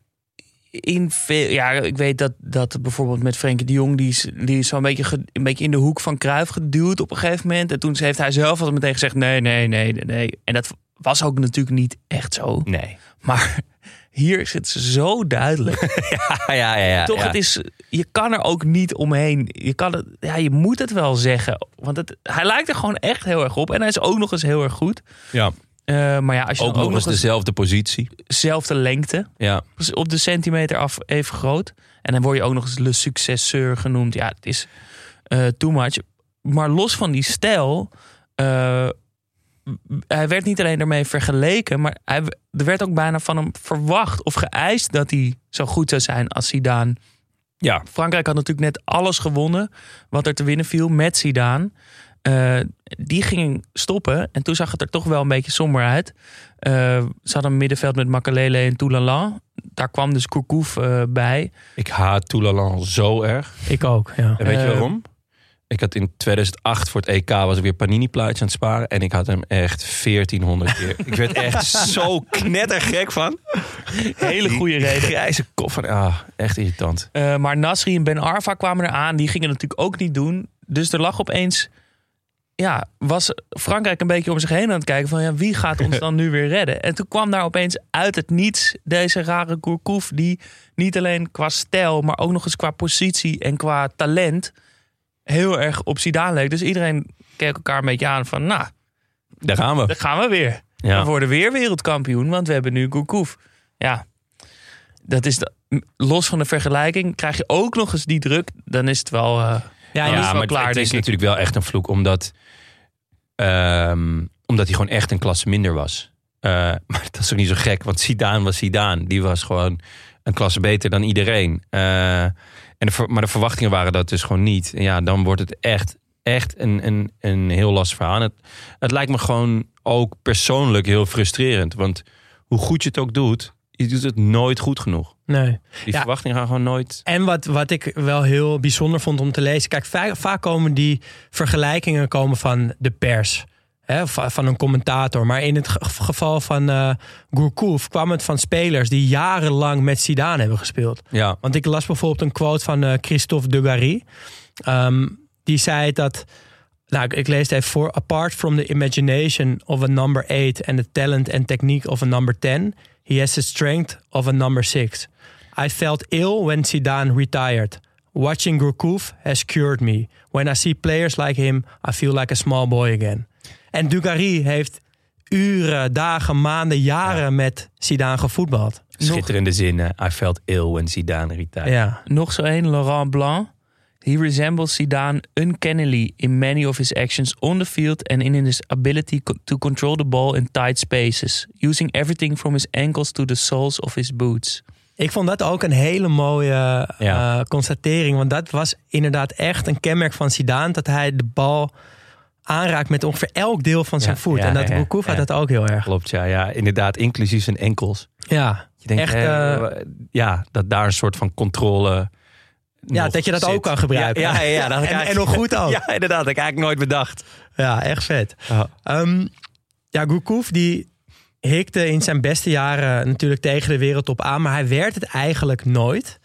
Speaker 7: ik weet dat bijvoorbeeld met Frenkie de Jong, die is zo'n beetje in de hoek van Cruijff geduwd op een gegeven moment. En toen heeft hij zelf al meteen gezegd nee. En dat was ook natuurlijk niet echt zo.
Speaker 5: Nee.
Speaker 7: Maar hier is het zo duidelijk.
Speaker 5: Ja.
Speaker 7: Toch, het is, je kan er ook niet omheen. Je moet het wel zeggen. Want hij lijkt er gewoon echt heel erg op. En hij is ook nog eens heel erg goed.
Speaker 5: Ja.
Speaker 7: Maar ja, als je
Speaker 5: ook nog eens dezelfde positie.
Speaker 7: Zelfde lengte.
Speaker 5: Ja.
Speaker 7: Dus op de centimeter af even groot. En dan word je ook nog eens le successeur genoemd. Ja, het is too much. Maar los van die stijl, hij werd niet alleen daarmee vergeleken, maar er werd ook bijna van hem verwacht of geëist dat hij zo goed zou zijn als Zidane. Ja, Frankrijk had natuurlijk net alles gewonnen wat er te winnen viel met Zidane. Die ging stoppen en toen zag het er toch wel een beetje somber uit. Ze hadden een middenveld met Makelele en Toulalan. Daar kwam dus Gourcuff bij.
Speaker 5: Ik haat Toulalan zo erg.
Speaker 2: Ik ook, ja.
Speaker 5: En weet je waarom? Ik had in 2008 voor het EK was ik weer Panini-plaatjes aan het sparen. En ik had hem echt 1400 keer. Ik werd echt zo knettergek van.
Speaker 7: Hele goede reden.
Speaker 5: Grijze kop van, echt irritant.
Speaker 7: Maar Nasri en Ben Arfa kwamen eraan. Die gingen natuurlijk ook niet doen. Dus er lag opeens... Ja, was Frankrijk een beetje om zich heen aan het kijken van wie gaat ons dan nu weer redden? En toen kwam daar opeens uit het niets deze rare Gourcuff die niet alleen qua stijl, maar ook nog eens qua positie en qua talent heel erg op Zidane leek. Dus iedereen keek elkaar een beetje aan van
Speaker 5: daar gaan we.
Speaker 7: Daar gaan we weer.
Speaker 5: Ja.
Speaker 7: We worden weer wereldkampioen, want we hebben nu Gourcuff. Ja, dat is los van de vergelijking krijg je ook nog eens die druk, dan is het wel...
Speaker 5: maar
Speaker 7: klaar,
Speaker 5: het is natuurlijk wel echt een vloek, omdat hij gewoon echt een klasse minder was. Maar dat is ook niet zo gek, want Zidane was Zidane. Die was gewoon een klasse beter dan iedereen. Maar de verwachtingen waren dat dus gewoon niet. En ja, dan wordt het echt een heel lastig verhaal. Het lijkt me gewoon ook persoonlijk heel frustrerend. Want hoe goed je het ook doet, je doet het nooit goed genoeg.
Speaker 2: Nee.
Speaker 5: Die verwachtingen gaan gewoon nooit...
Speaker 2: En wat ik wel heel bijzonder vond om te lezen... Kijk, vaak komen die vergelijkingen van de pers. Hè, van een commentator. Maar in het geval van Gourcuff kwam het van spelers... die jarenlang met Zidane hebben gespeeld.
Speaker 5: Ja.
Speaker 2: Want ik las bijvoorbeeld een quote van Christophe Dugarry. Die zei dat... Nou, ik lees het even voor. Apart from the imagination of a number 8... and the talent and technique of a number 10... he has the strength of a number 6... I felt ill when Zidane retired. Watching Gourcuff has cured me. When I see players like him, I feel like a small boy again. En Dugarry heeft uren, dagen, maanden, jaren met Zidane gevoetbald.
Speaker 5: Schitterende zinnen. I felt ill when Zidane retired.
Speaker 2: Ja.
Speaker 7: Nog zo één, Laurent Blanc. He resembles Zidane uncannily in many of his actions on the field and in his ability to control the ball in tight spaces, using everything from his ankles to the soles of his boots.
Speaker 2: Ik vond dat ook een hele mooie constatering. Want dat was inderdaad echt een kenmerk van Zidane. Dat hij de bal aanraakt met ongeveer elk deel van zijn voet. En dat Gourcuff had dat ook heel erg.
Speaker 5: Klopt, ja. Inderdaad, inclusief zijn enkels.
Speaker 2: Ja,
Speaker 5: je denkt, echt... dat daar een soort van controle...
Speaker 2: dat je dat ook kan gebruiken.
Speaker 5: Ja, dat
Speaker 2: en nog goed ook.
Speaker 5: Ja, inderdaad. Dat heb ik eigenlijk nooit bedacht.
Speaker 2: Ja, echt vet. Gourcuff die... hikte in zijn beste jaren natuurlijk tegen de wereldtop aan, maar hij werd het eigenlijk nooit.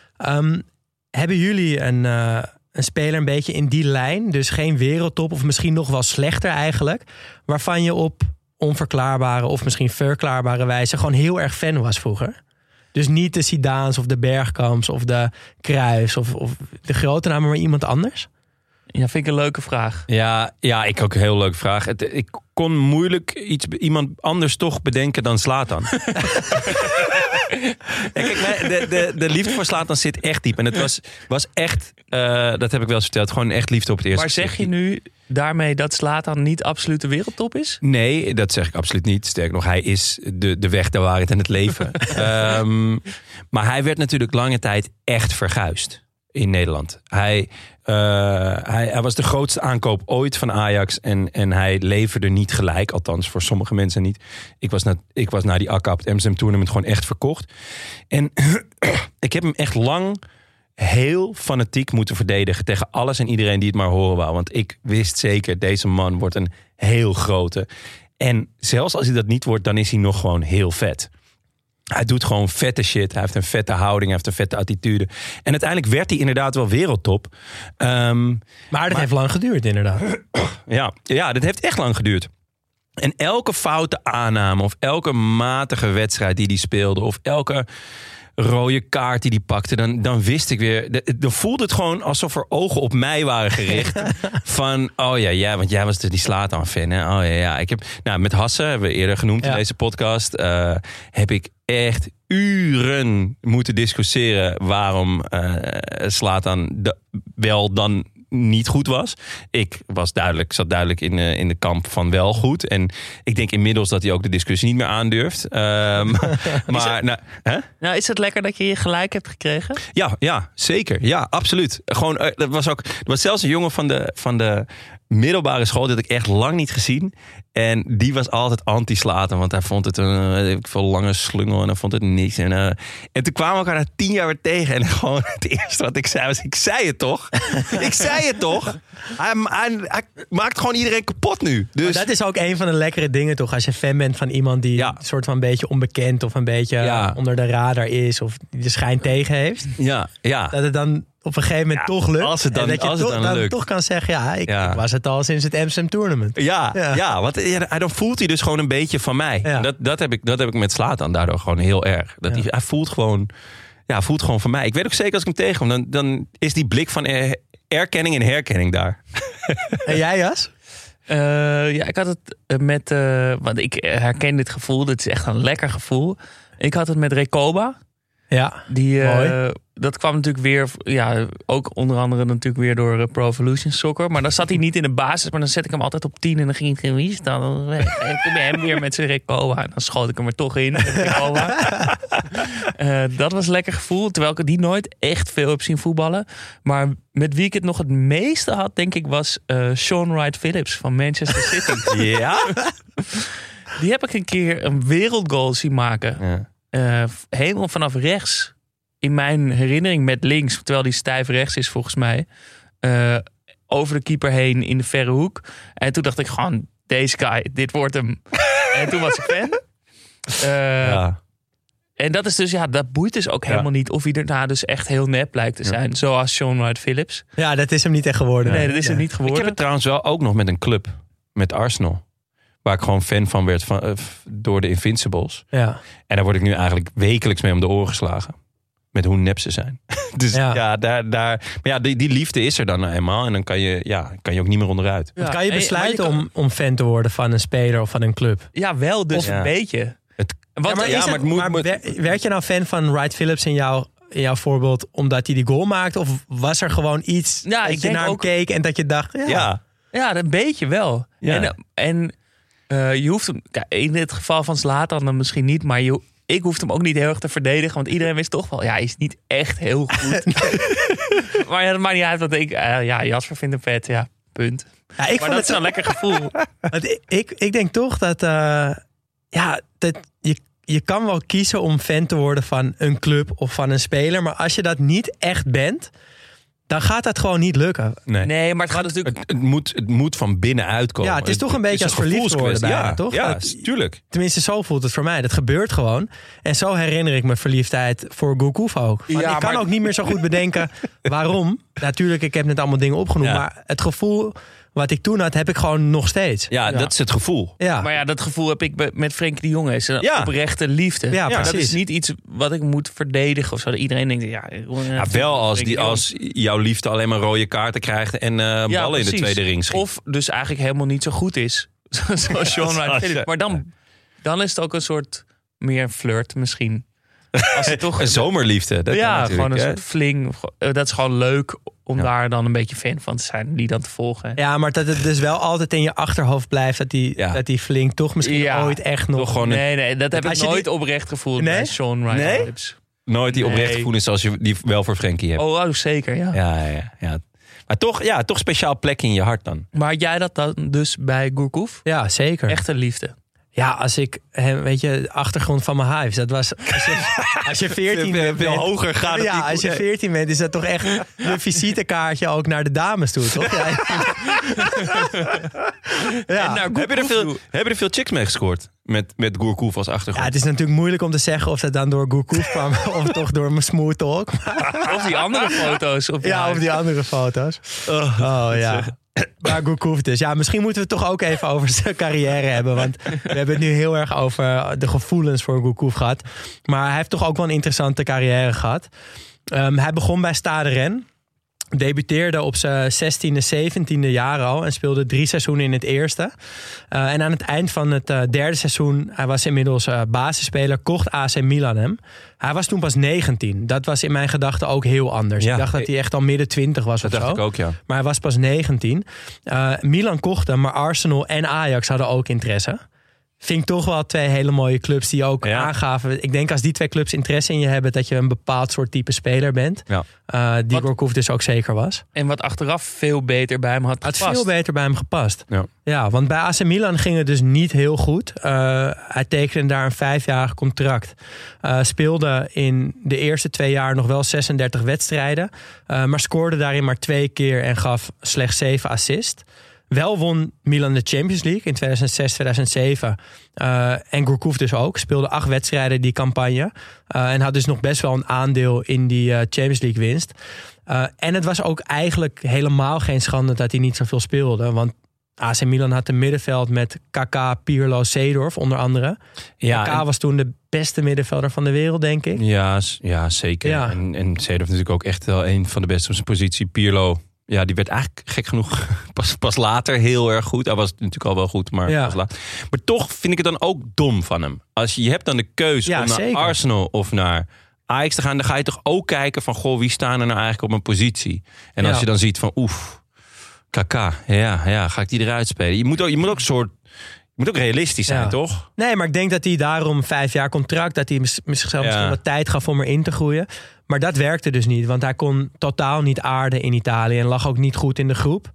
Speaker 2: Hebben jullie een speler een beetje in die lijn, dus geen wereldtop of misschien nog wel slechter eigenlijk, waarvan je op onverklaarbare of misschien verklaarbare wijze gewoon heel erg fan was vroeger? Dus niet de Zidanes of de Bergkamps of de Cruyffs of de grote namen, maar iemand anders?
Speaker 7: Ja, vind ik een leuke vraag.
Speaker 5: Ja, ik ook een heel leuke vraag. Ik kon moeilijk iemand anders toch bedenken dan Zlatan. Kijk, de liefde voor Zlatan zit echt diep. En het was echt, dat heb ik wel eens verteld, gewoon echt liefde op het eerste.
Speaker 7: Maar zeg je nu daarmee dat Zlatan niet absoluut de wereldtop is?
Speaker 5: Nee, dat zeg ik absoluut niet. Sterker nog, hij is de weg, de waarheid en het leven. Maar hij werd natuurlijk lange tijd echt verguisd in Nederland. Hij was de grootste aankoop ooit van Ajax en hij leverde niet gelijk. Althans, voor sommige mensen niet. Ik was na die ACAP, het Amsterdam Tournament, gewoon echt verkocht. En ik heb hem echt lang
Speaker 9: heel fanatiek moeten verdedigen tegen alles en iedereen die het maar horen wou. Want ik wist zeker, deze man wordt een heel grote. En zelfs als hij dat niet wordt, dan is hij nog gewoon heel vet. Hij doet gewoon vette shit. Hij heeft een vette houding, hij heeft een vette attitude. En uiteindelijk werd hij inderdaad wel wereldtop.
Speaker 2: Maar dat heeft lang geduurd, inderdaad.
Speaker 9: Ja, dat heeft echt lang geduurd. En elke foute aanname of elke matige wedstrijd die hij speelde... of elke rode kaart die hij pakte, dan wist ik weer... Dan voelde het gewoon alsof er ogen op mij waren gericht. Van, oh ja, want jij was die Zlatan-fan. Hè? Oh ja. Ik heb, met Hasse, hebben we eerder genoemd in deze podcast... heb ik echt uren moeten discussiëren... waarom Zlatan wel dan niet goed was. Ik zat duidelijk in de kamp van wel goed. En ik denk inmiddels dat hij ook de discussie niet meer aandurft.
Speaker 7: Is het lekker dat je gelijk hebt gekregen?
Speaker 9: Ja, zeker. Ja, absoluut. Gewoon, er was zelfs een jongen van de middelbare school, dat ik echt lang niet gezien. En die was altijd anti-Zlatan, want hij vond het een lange slungel en hij vond het niks. En toen kwamen we elkaar na 10 jaar weer tegen. En gewoon het eerste wat ik zei was, ik zei het toch? Hij maakt gewoon iedereen kapot nu. Dus...
Speaker 2: Maar dat is ook een van de lekkere dingen toch, als je fan bent van iemand die een soort van een beetje onbekend of een beetje onder de radar is of die de schijn tegen heeft. Ja. Dat het dan op een gegeven moment toch lukt.
Speaker 9: Als het dan lukt.
Speaker 2: Toch kan zeggen, ik was het al sinds het Amsterdam Tournament.
Speaker 9: Want dan voelt hij dus gewoon een beetje van mij. Ja. Dat heb ik met Zlatan daardoor gewoon heel erg. Hij voelt gewoon van mij. Ik weet ook zeker als ik hem tegenkom, dan is die blik van erkenning en herkenning daar.
Speaker 2: En jij, Jas?
Speaker 7: Ik had het met... want ik herken dit gevoel. Het is echt een lekker gevoel. Ik had het met Recoba.
Speaker 2: Ja,
Speaker 7: mooi. Dat kwam natuurlijk weer, ook onder andere natuurlijk weer door Pro Evolution Soccer. Maar dan zat hij niet in de basis, maar dan zet ik hem altijd op 10 en dan ging hij wie is dat? En toen hem weer met zijn Recoba. En dan schoot ik hem er toch in. Dat was een lekker gevoel, terwijl ik die nooit echt veel heb zien voetballen. Maar met wie ik het nog het meeste had, denk ik, was Sean Wright-Phillips van Manchester City.
Speaker 9: Ja?
Speaker 7: Die heb ik een keer een wereldgoal zien maken. Helemaal vanaf rechts. In mijn herinnering met links, terwijl die stijf rechts is volgens mij. Over de keeper heen in de verre hoek. En toen dacht ik gewoon, deze guy, dit wordt hem. En toen was ik fan. En dat is dus, dat boeit dus ook helemaal niet of hij daarna dus echt heel nep lijkt te zijn. Zoals Sean Wright-Phillips.
Speaker 2: Ja, dat is hem niet echt geworden.
Speaker 7: Nee, dat is hem niet geworden.
Speaker 9: Ik heb het trouwens wel ook nog met een club. Met Arsenal. Waar ik gewoon fan van werd door de Invincibles. Ja. En daar word ik nu eigenlijk wekelijks mee om de oren geslagen. Met hoe nep ze zijn. Dus maar die liefde is er dan eenmaal. En dan kan je ook niet meer onderuit.
Speaker 2: Ja. Kan je besluiten om fan te worden van een speler of van een club?
Speaker 7: Ja, wel dus een beetje.
Speaker 2: Werd je nou fan van Wright-Phillips in jouw voorbeeld omdat hij die goal maakte? Of was er gewoon iets dat je naar hem keek en dat je dacht...
Speaker 7: Ja, een beetje wel. Ja. En je hoeft hem... In het geval van Zlatan dan misschien niet, maar ik hoefde hem ook niet heel erg te verdedigen. Want iedereen wist toch wel, hij is niet echt heel goed. Maar dat maakt niet uit, want Jasper vindt hem vet, punt.
Speaker 2: Ja, maar dat is een lekker gevoel. Ik denk toch dat... dat je kan wel kiezen om fan te worden van een club of van een speler. Maar als je dat niet echt bent, dan gaat dat gewoon niet lukken.
Speaker 7: Nee, maar het gaat natuurlijk...
Speaker 9: Het moet van binnenuit komen.
Speaker 2: Ja, het is toch een beetje als verliefd worden bijna, toch?
Speaker 9: Ja, tuurlijk.
Speaker 2: Tenminste, zo voelt het voor mij. Dat gebeurt gewoon. En zo herinner ik me verliefdheid voor Gourcuff ook. Ik kan ook niet meer zo goed bedenken waarom. Natuurlijk, ik heb net allemaal dingen opgenoemd. Maar het gevoel wat ik toen had, heb ik gewoon nog steeds.
Speaker 9: Ja, dat is het gevoel.
Speaker 2: Ja.
Speaker 7: Maar dat gevoel heb ik met Frenkie de Jong. Is een oprechte liefde.
Speaker 2: Ja,
Speaker 7: dat is niet iets wat ik moet verdedigen of zo. Dat iedereen denkt,
Speaker 9: wel als jouw liefde alleen maar rode kaarten krijgt en ballen in de tweede ring schiet.
Speaker 7: Of dus eigenlijk helemaal niet zo goed is. Zoals Sean Wright-Phillips. Maar dan is het ook een soort meer flirt misschien. Als het toch
Speaker 9: een zomerliefde. Dat
Speaker 7: gewoon een soort fling. Dat is gewoon leuk om daar dan een beetje fan van te zijn. Die dan te volgen.
Speaker 2: Ja, maar dat het dus wel altijd in je achterhoofd blijft. Dat die fling toch misschien ooit echt nog...
Speaker 7: Nee, dat heb ik nooit oprecht gevoeld bij Sean Wright-Phillips.
Speaker 9: Nooit die oprecht gevoelens zoals je die wel voor Frenkie hebt.
Speaker 7: Oh, zeker,
Speaker 9: ja. Maar toch speciaal plek in je hart dan.
Speaker 7: Maar had jij dat dan dus bij Gourcuff?
Speaker 2: Ja, zeker.
Speaker 7: Echte liefde.
Speaker 2: Ja, als ik, weet je, de achtergrond van mijn huis. Dat was, als je 14 bent.
Speaker 5: Veel hoger gaat.
Speaker 2: Ja, als je 14 bent, is dat toch echt een visitekaartje ook naar de dames toe, toch? Ja.
Speaker 7: En naar
Speaker 5: Heb je er veel chicks mee gescoord? Met Gourcuff als achtergrond?
Speaker 2: Ja, het is natuurlijk moeilijk om te zeggen of dat dan door Gourcuff kwam of toch door mijn smooth talk.
Speaker 7: Of die andere foto's. Of
Speaker 2: die andere foto's. Oh ja. Maar Gourcuff dus. Ja, misschien moeten we het toch ook even over zijn carrière hebben. Want we hebben het nu heel erg over de gevoelens voor Gourcuff gehad. Maar hij heeft toch ook wel een interessante carrière gehad. Hij begon bij Stade Rennes. Debuteerde op zijn 16e, 17e jaar al en speelde 3 seizoenen in het eerste. En aan het eind van het derde seizoen, hij was inmiddels basisspeler, kocht AC Milan hem. Hij was toen pas 19. Dat was in mijn gedachten ook heel anders.
Speaker 5: Ja,
Speaker 2: ik dacht dat hij echt al midden 20 was
Speaker 5: dat
Speaker 2: of zo.
Speaker 5: dacht ik ook, ja.
Speaker 2: Maar hij was pas 19. Milan kocht hem, maar Arsenal en Ajax hadden ook interesse. Vind ik toch wel 2 hele mooie clubs die ook aangaven. Ik denk als die 2 clubs interesse in je hebben, dat je een bepaald soort type speler bent. Ja. Die Gourcuff dus ook zeker was.
Speaker 7: En wat achteraf veel beter bij hem had gepast.
Speaker 2: Had veel beter bij hem gepast. Ja, want bij AC Milan ging het dus niet heel goed. Hij tekende daar een 5-jarig contract. Speelde in de eerste 2 jaar nog wel 36 wedstrijden. Maar scoorde daarin maar 2 keer en gaf slechts 7 assists. Wel won Milan de Champions League in 2006, 2007. En Gourcuff dus ook. Speelde 8 wedstrijden die campagne. En had dus nog best wel een aandeel in die Champions League winst. En het was ook eigenlijk helemaal geen schande dat hij niet zoveel speelde. Want AC Milan had een middenveld met Kaká, Pirlo, Seedorf onder andere. Ja, Kaká was toen de beste middenvelder van de wereld, denk ik.
Speaker 5: Ja, zeker. Ja. En Seedorf natuurlijk ook echt wel een van de beste op zijn positie. Pirlo... Ja, die werd eigenlijk gek genoeg pas later heel erg goed. Hij was natuurlijk al wel goed, maar pas later. Maar toch vind ik het dan ook dom van hem. Als je hebt dan de keuze om naar Arsenal of naar Ajax te gaan, dan ga je toch ook kijken van, goh, wie staan er nou eigenlijk op mijn positie? En als je dan ziet van, Kaká, ga ik die eruit spelen? Je moet ook een soort... Je moet ook realistisch zijn, toch?
Speaker 2: Nee, maar ik denk dat hij daarom 5 jaar contract... dat hij zichzelf misschien wat tijd gaf om erin te groeien. Maar dat werkte dus niet. Want hij kon totaal niet aarden in Italië... en lag ook niet goed in de groep.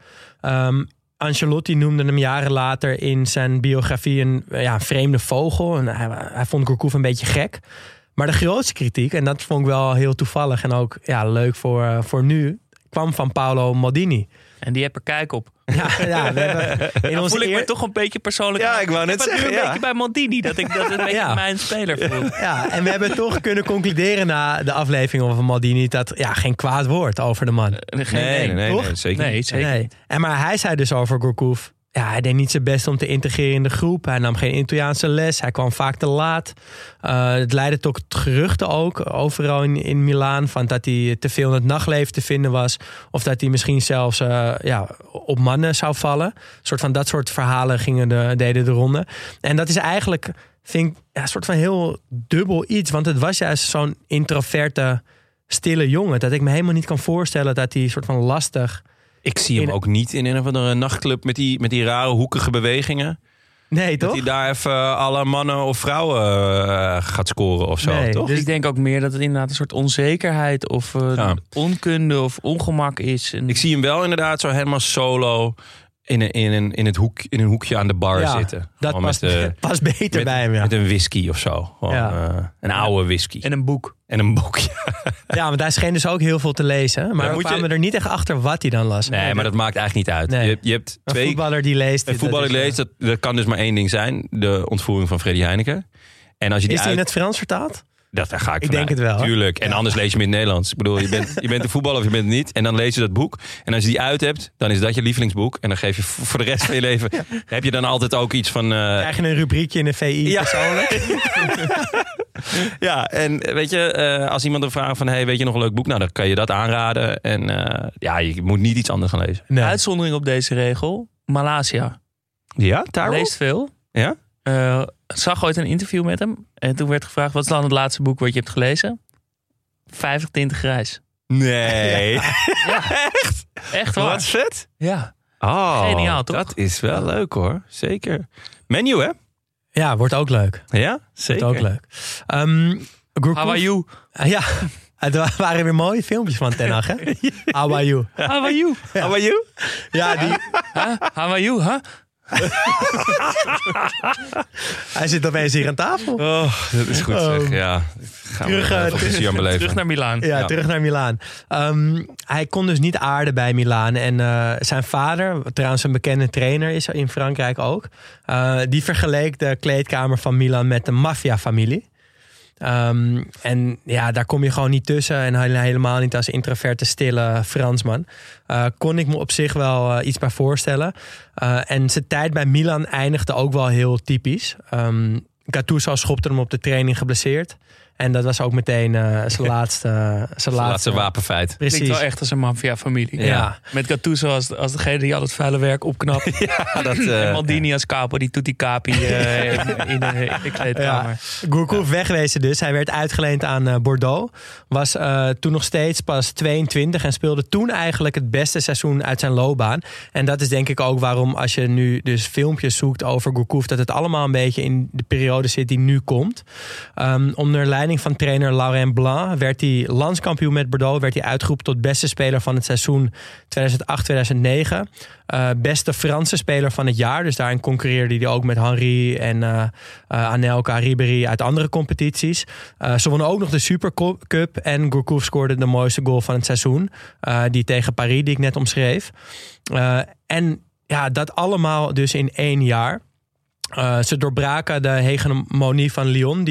Speaker 2: Ancelotti noemde hem jaren later in zijn biografie... een vreemde vogel. En hij vond Gourcuff een beetje gek. Maar de grootste kritiek, en dat vond ik wel heel toevallig... en ook leuk voor nu, kwam van Paolo Maldini...
Speaker 7: En die heb er kijk op.
Speaker 2: Ja, we hebben
Speaker 7: voel ik me toch een beetje persoonlijk.
Speaker 5: Ja, ik wou net zeggen.
Speaker 7: Een beetje bij Maldini, dat ik dat een beetje mijn speler voel.
Speaker 2: Ja, en we hebben toch kunnen concluderen na de aflevering over Maldini dat geen kwaad woord over de man.
Speaker 5: Nee, zeker.
Speaker 2: Nee. En maar hij zei dus over Gourcuff. Ja, hij deed niet zijn best om te integreren in de groep. Hij nam geen Italiaanse les. Hij kwam vaak te laat. Het leidde tot geruchten ook overal in Milaan... van dat hij te veel in het nachtleven te vinden was. Of dat hij misschien zelfs op mannen zou vallen. Dat soort verhalen deden de ronde. En dat is eigenlijk, vind ik, een soort van heel dubbel iets. Want het was juist zo'n introverte, stille jongen... dat ik me helemaal niet kan voorstellen dat hij soort van lastig...
Speaker 5: Ik zie hem ook niet in een of andere nachtclub met die rare hoekige bewegingen.
Speaker 2: Nee, toch?
Speaker 5: Dat hij daar even alle mannen of vrouwen gaat scoren of zo, toch?
Speaker 7: Dus ik denk ook meer dat het inderdaad een soort onzekerheid of onkunde of ongemak is.
Speaker 5: Ik zie hem wel inderdaad zo helemaal solo in een hoekje aan de bar zitten.
Speaker 2: Dat past beter bij hem,
Speaker 5: met een whisky of zo. Een oude whisky.
Speaker 7: En een boek.
Speaker 5: Ja,
Speaker 2: want hij scheen dus ook heel veel te lezen. Maar we kwamen er niet echt achter wat hij dan las.
Speaker 5: Nee, maar dat maakt eigenlijk niet uit.
Speaker 2: Nee.
Speaker 5: Je hebt
Speaker 2: een voetballer die leest.
Speaker 5: Een voetballer die leest, dat kan dus maar één ding zijn. De ontvoering van Freddy Heineken. En als je
Speaker 2: is die in het Frans vertaald?
Speaker 5: Daar ga ik vanuit.
Speaker 2: Ik denk het wel.
Speaker 5: Tuurlijk. En anders lees je hem in het Nederlands. Ik bedoel, je bent een voetballer of je bent het niet. En dan lees je dat boek. En als je die uit hebt, dan is dat je lievelingsboek. En dan geef je voor de rest van je leven... heb je dan altijd ook iets van...
Speaker 2: Krijg je een rubriekje in de VI persoonlijk?
Speaker 5: Ja, en weet je, als iemand er vraagt van... hey, weet je nog een leuk boek? Nou, dan kan je dat aanraden. En je moet niet iets anders gaan lezen.
Speaker 7: Nee. Uitzondering op deze regel. Malasia.
Speaker 5: Ja, Tyrell?
Speaker 7: Leest veel.
Speaker 5: Ja?
Speaker 7: Zag ooit een interview met hem. En toen werd gevraagd, wat is dan het laatste boek wat je hebt gelezen? 50 tinten grijs.
Speaker 5: Nee.
Speaker 7: Ja. Echt waar.
Speaker 5: Wat vet.
Speaker 7: Ja.
Speaker 5: Oh,
Speaker 7: geniaal toch?
Speaker 5: Dat is wel leuk hoor. Zeker. Menu hè?
Speaker 2: Ja, wordt ook leuk.
Speaker 5: Ja, zeker.
Speaker 2: Wordt ook leuk.
Speaker 7: How are you?
Speaker 2: Ja, het waren weer mooie filmpjes van Ten Hag, hè? How are you?
Speaker 7: How are you?
Speaker 5: How are you?
Speaker 2: Ja, die...
Speaker 7: How are you, huh?
Speaker 2: Hij zit opeens hier aan tafel.
Speaker 5: Oh, dat is goed zeg. Ja, gaan we even plezier beleven.
Speaker 7: Terug naar Milaan.
Speaker 2: Ja, terug naar Milaan. Hij kon dus niet aarden bij Milaan. En zijn vader, wat trouwens een bekende trainer is in Frankrijk ook, die vergeleek de kleedkamer van Milan met de maffiafamilie. En ja, daar kom je gewoon niet tussen. En helemaal niet als introverte, stille Fransman. Kon ik me op zich wel iets bij voorstellen. En zijn tijd bij Milan eindigde ook wel heel typisch. Gattuso schopte hem op de training geblesseerd. En dat was ook meteen zijn laatste
Speaker 5: wapenfeit.
Speaker 2: Precies.
Speaker 7: Klinkt wel echt als een maffia-familie.
Speaker 2: Ja.
Speaker 7: Met Gattuso als degene die al het vuile werk opknapt. En Maldini als capo, die tutti capi in de kleedkamer.
Speaker 2: Ja. Gourcuff wegwezen dus. Hij werd uitgeleend aan Bordeaux. Was toen nog steeds pas 22 en speelde toen eigenlijk het beste seizoen uit zijn loopbaan. En dat is denk ik ook waarom, als je nu dus filmpjes zoekt over Gourcuff, dat het allemaal een beetje in de periode zit die nu komt. Onder leiding van trainer Laurent Blanc werd hij landskampioen met Bordeaux. Werd hij uitgeroepen tot beste speler van het seizoen 2008-2009. Beste Franse speler van het jaar. Dus daarin concurreerde hij ook met Henry en Anelka, Ribéry uit andere competities. Ze wonnen ook nog de Supercup. En Gourcuff scoorde de mooiste goal van het seizoen. Die tegen Paris, die ik net omschreef. En ja, dat allemaal dus in 1 jaar. Ze doorbraken de hegemonie van Lyon.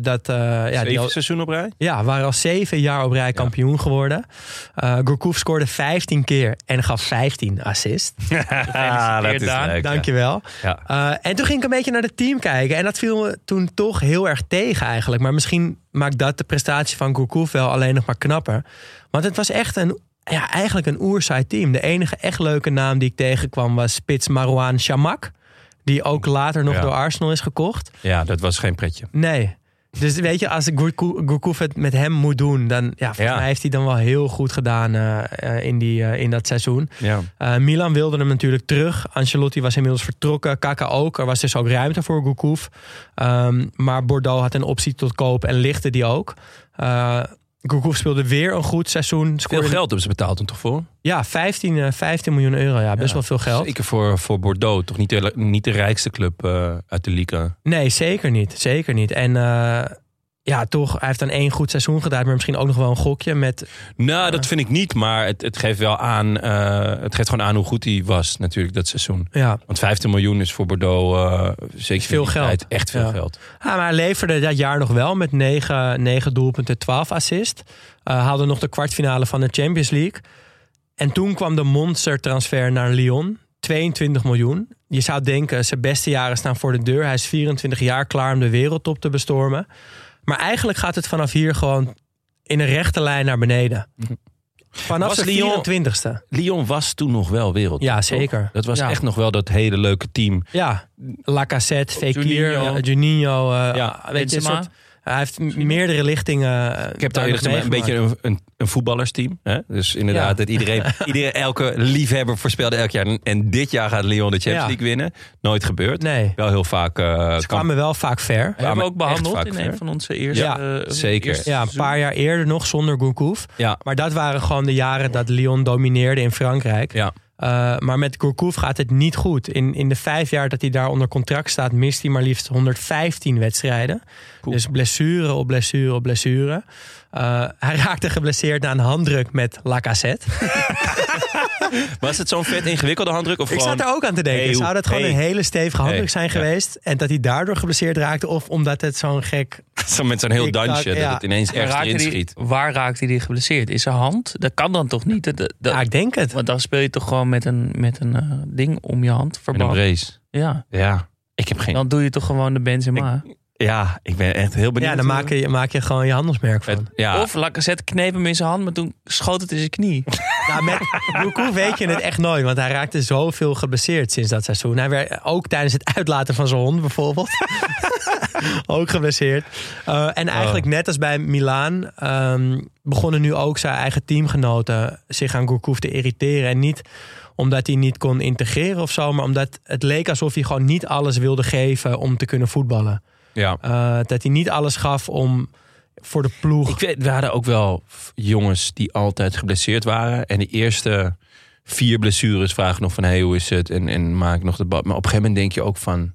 Speaker 5: 7 seizoen op rij?
Speaker 2: Ja, waren al 7 jaar op rij kampioen geworden. Gourcuff scoorde 15 keer en gaf 15 assists.
Speaker 5: Dat is leuk.
Speaker 2: Dankjewel.
Speaker 5: Ja.
Speaker 2: En toen ging ik een beetje naar het team kijken. En dat viel me toen toch heel erg tegen eigenlijk. Maar misschien maakt dat de prestatie van Gourcuff wel alleen nog maar knapper. Want het was echt eigenlijk een oerzaai team. De enige echt leuke naam die ik tegenkwam was spits Marouane Chamakh. Die ook later nog door Arsenal is gekocht.
Speaker 5: Ja, dat was geen pretje.
Speaker 2: Nee. Dus weet je, als Gourcuff het met hem moet doen, dan volgens mij heeft hij dan wel heel goed gedaan in dat seizoen.
Speaker 5: Ja.
Speaker 2: Milan wilde hem natuurlijk terug. Ancelotti was inmiddels vertrokken. Kaka ook. Er was dus ook ruimte voor Gourcuff. Maar Bordeaux had een optie tot koop en lichtte die ook. Gourcuff speelde weer een goed seizoen.
Speaker 5: Veel geld hebben ze betaald hem toch voor?
Speaker 2: Ja, 15 miljoen euro. Ja, best wel veel geld.
Speaker 5: Zeker voor Bordeaux. Toch niet de rijkste club uit de Liga.
Speaker 2: Nee, zeker niet. Zeker niet. En toch, hij heeft dan 1 goed seizoen gedaan. Maar misschien ook nog wel een gokje met...
Speaker 5: Nou, dat vind ik niet. Maar het geeft wel aan... het geeft gewoon aan hoe goed hij was natuurlijk dat seizoen.
Speaker 2: Ja.
Speaker 5: Want 15 miljoen is voor Bordeaux zeker
Speaker 2: veel geld.
Speaker 5: Tijd, echt veel geld.
Speaker 2: Ja, maar hij leverde dat jaar nog wel met 9 doelpunten, 12 assist. Haalde nog de kwartfinale van de Champions League. En toen kwam de monstertransfer naar Lyon. 22 miljoen. Je zou denken, zijn beste jaren staan voor de deur. Hij is 24 jaar, klaar om de wereldtop te bestormen. Maar eigenlijk gaat het vanaf hier gewoon in een rechte lijn naar beneden. Vanaf de 24ste.
Speaker 5: Lyon was toen nog wel wereldtop.
Speaker 2: Ja, zeker.
Speaker 5: Toch? Dat was echt nog wel dat hele leuke team.
Speaker 2: Ja, Lacazette, Fekir, Juninho. Hij heeft meerdere lichtingen.
Speaker 5: Ik heb daar een beetje een voetballersteam. Hè? Dus inderdaad, dat elke liefhebber voorspelde elk jaar. En dit jaar gaat Lyon de Champions League winnen. Nooit gebeurd.
Speaker 2: Nee.
Speaker 5: Wel heel vaak.
Speaker 2: Ze kwamen wel vaak ver.
Speaker 7: Hebben we ook behandeld in een van onze eerste.
Speaker 5: Zeker.
Speaker 7: Eerste
Speaker 2: een paar jaar eerder nog zonder Gourcuff.
Speaker 5: Ja.
Speaker 2: Maar dat waren gewoon de jaren dat Lyon domineerde in Frankrijk.
Speaker 5: Ja.
Speaker 2: Maar met Gourcuff gaat het niet goed. In de 5 jaar dat hij daar onder contract staat, mist hij maar liefst 115 wedstrijden. Cool. Dus blessure op blessure op blessure. Hij raakte geblesseerd na een handdruk met Lacazette.
Speaker 5: Was het zo'n vet ingewikkelde handdruk? Of
Speaker 2: ik zat er ook aan te denken. Zou dat gewoon een hele stevige handdruk zijn geweest? En dat hij daardoor geblesseerd raakte? Of omdat het zo'n gek...
Speaker 5: Met zo'n heel dansje, dat het ineens ergens erin schiet.
Speaker 7: Waar raakte hij geblesseerd? Is zijn hand? Dat kan dan toch niet?
Speaker 2: Ja, ik denk het.
Speaker 7: Want dan speel je toch gewoon met een ding om je hand.
Speaker 5: Verband. Met een race.
Speaker 7: Ja.
Speaker 5: Ik heb geen...
Speaker 7: Dan doe je toch gewoon de Benzema.
Speaker 5: Ik ben echt heel benieuwd.
Speaker 2: Ja, dan maak je gewoon je handelsmerk van.
Speaker 7: Of Lacazette kneep hem in zijn hand, maar toen schoot het in zijn knie.
Speaker 2: Nou, met Gourcuff weet je het echt nooit. Want hij raakte zoveel geblesseerd sinds dat seizoen. Hij werd ook tijdens het uitlaten van zijn hond bijvoorbeeld. Ook geblesseerd. En eigenlijk net als bij Milaan begonnen nu ook zijn eigen teamgenoten zich aan Gourcuff te irriteren. En niet omdat hij niet kon integreren of zo, maar omdat het leek alsof hij gewoon niet alles wilde geven om te kunnen voetballen.
Speaker 5: Ja.
Speaker 2: Dat hij niet alles gaf om voor de ploeg.
Speaker 5: We hadden ook wel jongens die altijd geblesseerd waren. En de eerste 4 blessures vraag ik nog van... hoe is het? En maak ik nog de bal. Maar op een gegeven moment denk je ook van...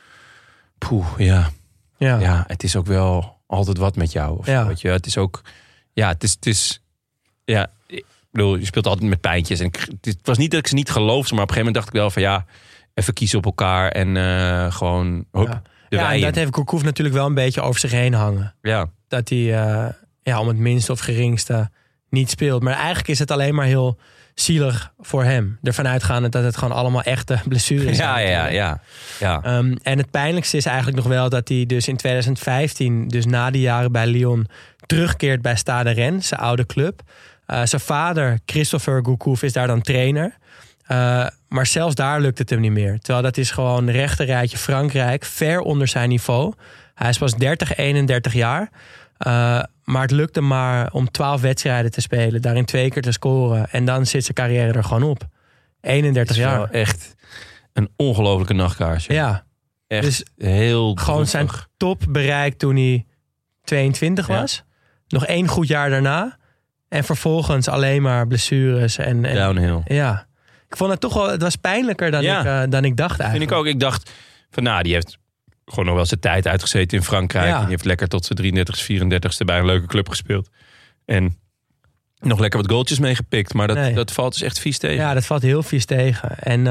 Speaker 5: Ja, het is ook wel altijd wat met jou. Of weet je, het is ook... Ja, het is ik bedoel, je speelt altijd met pijntjes. En het was niet dat ik ze niet geloofde, maar op een gegeven moment dacht ik wel van even kiezen op elkaar en gewoon...
Speaker 2: en dat heeft Gourcuff natuurlijk wel een beetje over zich heen hangen.
Speaker 5: Ja.
Speaker 2: Dat hij om het minste of geringste niet speelt. Maar eigenlijk is het alleen maar heel zielig voor hem. Ervan uitgaande dat het gewoon allemaal echte blessures zijn.
Speaker 5: Ja.
Speaker 2: En het pijnlijkste is eigenlijk nog wel dat hij dus in 2015, dus na die jaren bij Lyon, terugkeert bij Stade Rennes, zijn oude club. Zijn vader, Christopher Gourcuff, is daar dan trainer. Maar zelfs daar lukt het hem niet meer. Terwijl dat is gewoon rechterrijtje Frankrijk, ver onder zijn niveau. Hij is pas 31 jaar. Maar het lukt hem maar om 12 wedstrijden te spelen. Daarin 2 keer te scoren. En dan zit zijn carrière er gewoon op. 31 jaar.
Speaker 5: Wel echt een ongelofelijke nachtkaarsje.
Speaker 2: Ja.
Speaker 5: Echt
Speaker 2: dus
Speaker 5: heel
Speaker 2: gewoon zijn top bereikt toen hij 22 was. Nog 1 goed jaar daarna. En vervolgens alleen maar blessures. En
Speaker 5: downhill.
Speaker 2: Ja. Ik vond het toch wel... Het was pijnlijker dan ik dacht eigenlijk.
Speaker 5: Vind ik ook. Ik dacht van die heeft gewoon nog wel zijn tijd uitgezeten in Frankrijk. En die heeft lekker tot zijn 33ste, 34ste bij een leuke club gespeeld. En nog lekker wat goaltjes meegepikt. Maar dat valt dus echt vies tegen.
Speaker 2: Ja, dat valt heel vies tegen. En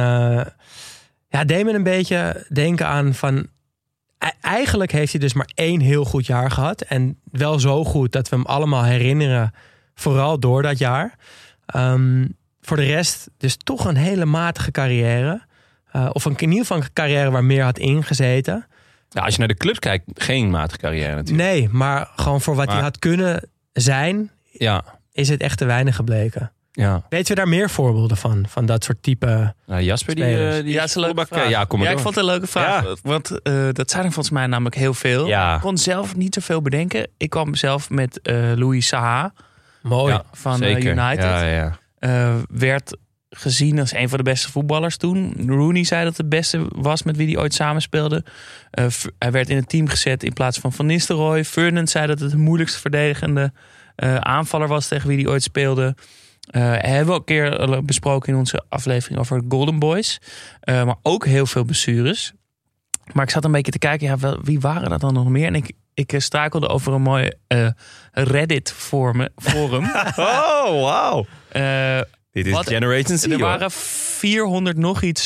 Speaker 2: deed me een beetje denken aan van... Eigenlijk heeft hij dus maar 1 heel goed jaar gehad. En wel zo goed dat we hem allemaal herinneren. Vooral door dat jaar. Voor de rest dus toch een hele matige carrière. Of in ieder geval een carrière waar meer had ingezeten.
Speaker 5: Ja, als je naar de clubs kijkt, geen matige carrière natuurlijk.
Speaker 2: Nee, maar gewoon voor wat hij had kunnen zijn... is het echt te weinig gebleken.
Speaker 5: Ja.
Speaker 2: Weten we daar meer voorbeelden van dat soort type
Speaker 5: Jasper, die
Speaker 7: is een leuke vraag.
Speaker 5: Ja, kom maar
Speaker 7: ik vond het een leuke vraag.
Speaker 5: Ja.
Speaker 7: Want dat zijn er volgens mij namelijk heel veel.
Speaker 5: Ja.
Speaker 7: Ik kon zelf niet zoveel bedenken. Ik kwam zelf met Louis Saha.
Speaker 2: Mooi.
Speaker 7: Van United. Werd gezien als een van de beste voetballers toen. Rooney zei dat het beste was met wie hij ooit samenspeelde. Hij werd in het team gezet in plaats van Van Nistelrooy. Fernand zei dat het de moeilijkst verdedigende aanvaller was tegen wie hij ooit speelde. Hebben we ook een keer besproken in onze aflevering over Golden Boys. Maar ook heel veel blessures. Maar ik zat een beetje te kijken, wie waren dat dan nog meer? En ik struikelde over een mooi Reddit-forum.
Speaker 5: Oh, wauw. Dit is Generation Z.
Speaker 7: Er waren 400 nog iets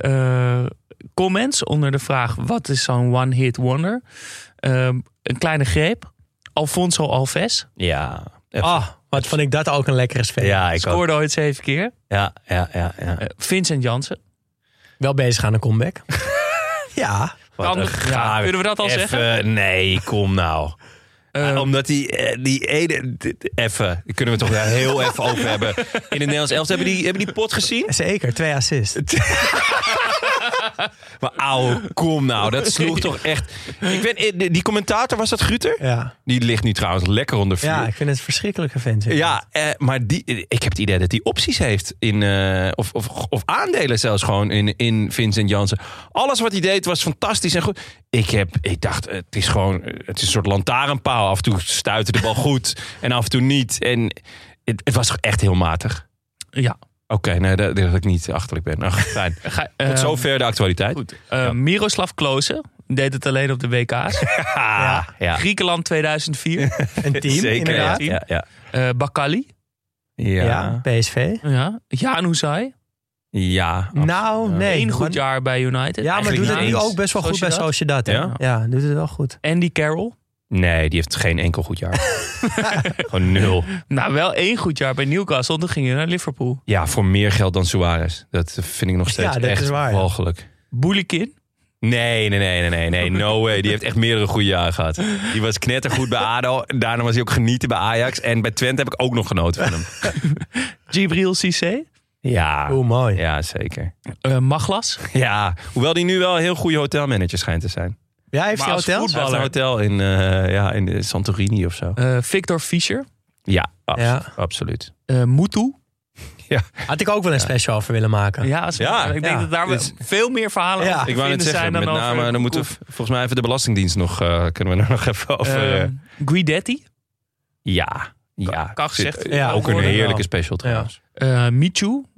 Speaker 7: comments onder de vraag... wat is zo'n one-hit wonder? Een kleine greep. Alfonso Alves.
Speaker 5: Ja.
Speaker 2: Wat vond ik dat ook een lekkere speler.
Speaker 5: Ja, ik
Speaker 7: scoorde ooit 7 keer.
Speaker 5: Ja.
Speaker 7: Vincent Janssen.
Speaker 2: Wel bezig aan een comeback. Ja.
Speaker 7: Kunnen we dat al zeggen?
Speaker 5: Nee, kom nou. Omdat die ene... Even, kunnen we het toch daar heel even over hebben. In het Nederlands elftal, hebben die pot gezien?
Speaker 2: Zeker, 2 assists.
Speaker 5: Maar kom nou, dat sloeg toch echt... Die commentator, was dat Guter?
Speaker 2: Ja.
Speaker 5: Die ligt nu trouwens lekker onder vuur.
Speaker 2: Ja, ik vind het een verschrikkelijke vent.
Speaker 5: Ja, maar ik heb het idee dat hij opties heeft. Of aandelen zelfs gewoon in Vincent Janssen. Alles wat hij deed was fantastisch en goed. Ik dacht, het is een soort lantaarnpaal. Af en toe stuitte de bal goed en af en toe niet. En het was echt heel matig.
Speaker 7: Ja.
Speaker 5: Oké, dat ik niet achterlijk ben. Nou, fijn. Tot zover de actualiteit.
Speaker 7: Goed. Miroslav Klose deed het alleen op de WK's.
Speaker 5: Ja.
Speaker 7: Griekenland 2004.
Speaker 2: Een team,
Speaker 5: zeker,
Speaker 2: inderdaad.
Speaker 5: Ja.
Speaker 7: Bakali.
Speaker 2: Ja, PSV.
Speaker 7: Ja. Jan Ouzai.
Speaker 5: Ja.
Speaker 2: Nou, nee.
Speaker 7: 1 goed jaar bij United.
Speaker 2: Ja, maar doet het nu ook best wel goed bij Sociedad. Ja, doet het wel goed.
Speaker 7: Andy Carroll.
Speaker 5: Nee, die heeft geen enkel goed jaar. Gewoon 0.
Speaker 7: Nou, wel 1 goed jaar bij Newcastle. Dan ging je naar Liverpool.
Speaker 5: Ja, voor meer geld dan Suarez. Dat vind ik nog steeds echt walgelijk.
Speaker 7: Boulikin.
Speaker 5: Nee. No way. Die heeft echt meerdere goede jaren gehad. Die was knettergoed bij ADO. Daarna was hij ook genieten bij Ajax. En bij Twente heb ik ook nog genoten van hem.
Speaker 7: Djibril Cissé.
Speaker 5: Ja.
Speaker 2: Mooi.
Speaker 5: Ja, zeker.
Speaker 7: Maglas.
Speaker 5: Ja, hoewel die nu wel een heel goede hotelmanager schijnt te zijn.
Speaker 2: Ja, heeft hij hotel?
Speaker 5: Hij heeft een hotel in Santorini of zo.
Speaker 7: Victor Fischer.
Speaker 5: Ja, absoluut.
Speaker 7: Mutu.
Speaker 5: Ja.
Speaker 2: Had ik ook wel een special over willen maken.
Speaker 7: Ik denk dat daar veel meer verhalen over
Speaker 5: ik wou net zeggen, met name dan moeten we volgens mij even de Belastingdienst nog... kunnen we er nog even over...
Speaker 7: Guidetti.
Speaker 5: Ja.
Speaker 7: Kan gezegd.
Speaker 5: Ook een heerlijke special trouwens.
Speaker 7: Michu.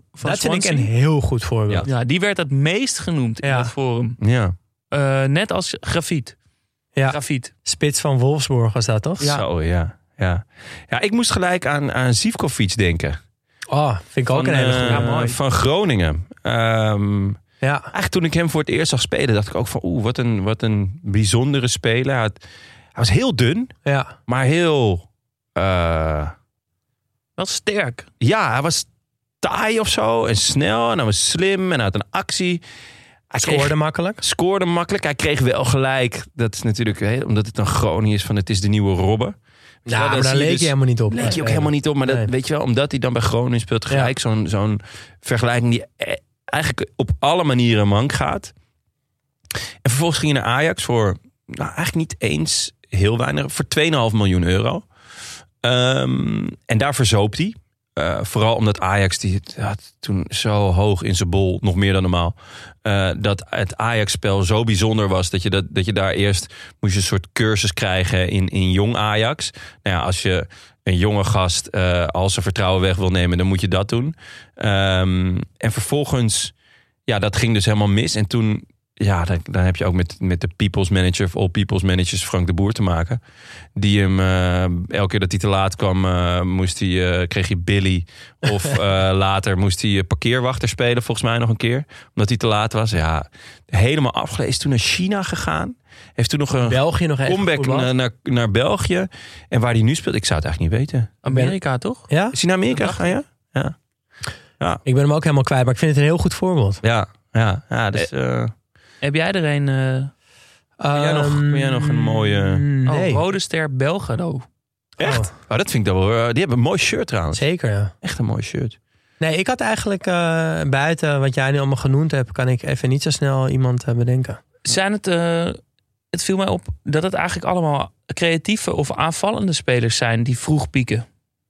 Speaker 7: van
Speaker 2: Dat vind ik
Speaker 7: Swansea.
Speaker 2: een heel goed voorbeeld.
Speaker 7: Ja, die werd het meest genoemd in
Speaker 2: Ja.
Speaker 7: het forum.
Speaker 5: Ja.
Speaker 7: Net als Grafiet.
Speaker 2: Ja.
Speaker 7: Grafiet.
Speaker 2: Spits van Wolfsburg was dat, toch?
Speaker 7: Ja.
Speaker 5: Zo, ja. Ja, ik moest gelijk aan Zivkovic denken.
Speaker 2: Oh, vind ik ook een hele goede.
Speaker 7: Ja, mooi.
Speaker 5: Van Groningen.
Speaker 2: Ja.
Speaker 5: Eigenlijk toen ik hem voor het eerst zag spelen, dacht ik ook van wat een bijzondere speler. Hij was heel dun,
Speaker 2: Ja.
Speaker 5: maar heel...
Speaker 7: Wel sterk.
Speaker 5: ja, hij was taai of zo en snel en hij was slim en hij had een actie. Hij
Speaker 2: Scoorde makkelijk.
Speaker 5: scoorde makkelijk. Hij kreeg wel gelijk. Dat is natuurlijk, omdat het een Groningen is van het is de nieuwe Robben.
Speaker 2: Ja, maar daar
Speaker 5: zie je
Speaker 2: leek
Speaker 5: dus-
Speaker 2: je helemaal niet op.
Speaker 5: Leek je ook helemaal niet op. Maar dat,
Speaker 2: Nee.
Speaker 5: weet je wel, omdat hij dan bij Groningen speelt, gelijk zo'n vergelijking die eigenlijk op alle manieren mank gaat. En vervolgens ging hij naar Ajax voor, eigenlijk niet eens heel weinig, voor 2,5 miljoen euro. En daar verzoop hij. Vooral omdat Ajax die had toen zo hoog in zijn bol, nog meer dan normaal. Dat het Ajax-spel zo bijzonder was dat je daar eerst moest je een soort cursus krijgen in jong Ajax. Nou ja, als je een jonge gast al zijn vertrouwen weg wil nemen, dan moet je dat doen. En vervolgens, ja, dat ging dus helemaal mis. En toen, ja, dan heb je ook met de people's manager of all people's managers Frank de Boer te maken. Die hem elke keer dat hij te laat kwam, kreeg hij Billy. Of later moest hij parkeerwachter spelen, volgens mij nog een keer. Omdat hij te laat was. Ja, helemaal afgelezen. Is toen naar China gegaan. Heeft toen nog een
Speaker 2: België nog even
Speaker 5: comeback
Speaker 2: voetbal.
Speaker 5: naar België. En waar hij nu speelt, ik zou het eigenlijk niet weten.
Speaker 7: Amerika, toch?
Speaker 2: Ja?
Speaker 5: Is hij naar Amerika gegaan, ja?
Speaker 2: Ik ben hem ook helemaal kwijt, maar ik vind het een heel goed voorbeeld.
Speaker 5: Ja, dus...
Speaker 7: Heb jij er een...
Speaker 5: ben jij nog een mooie...
Speaker 2: Nee,
Speaker 7: Rode Ster Belgrado.
Speaker 5: Echt? Oh, dat vind ik dan wel... die hebben een mooi shirt trouwens.
Speaker 2: zeker, ja.
Speaker 5: Echt een mooi shirt.
Speaker 2: Nee, ik had eigenlijk buiten wat jij nu allemaal genoemd hebt, kan ik even niet zo snel iemand bedenken.
Speaker 7: Zijn het... het viel mij op dat het eigenlijk allemaal creatieve of aanvallende spelers zijn die vroeg pieken.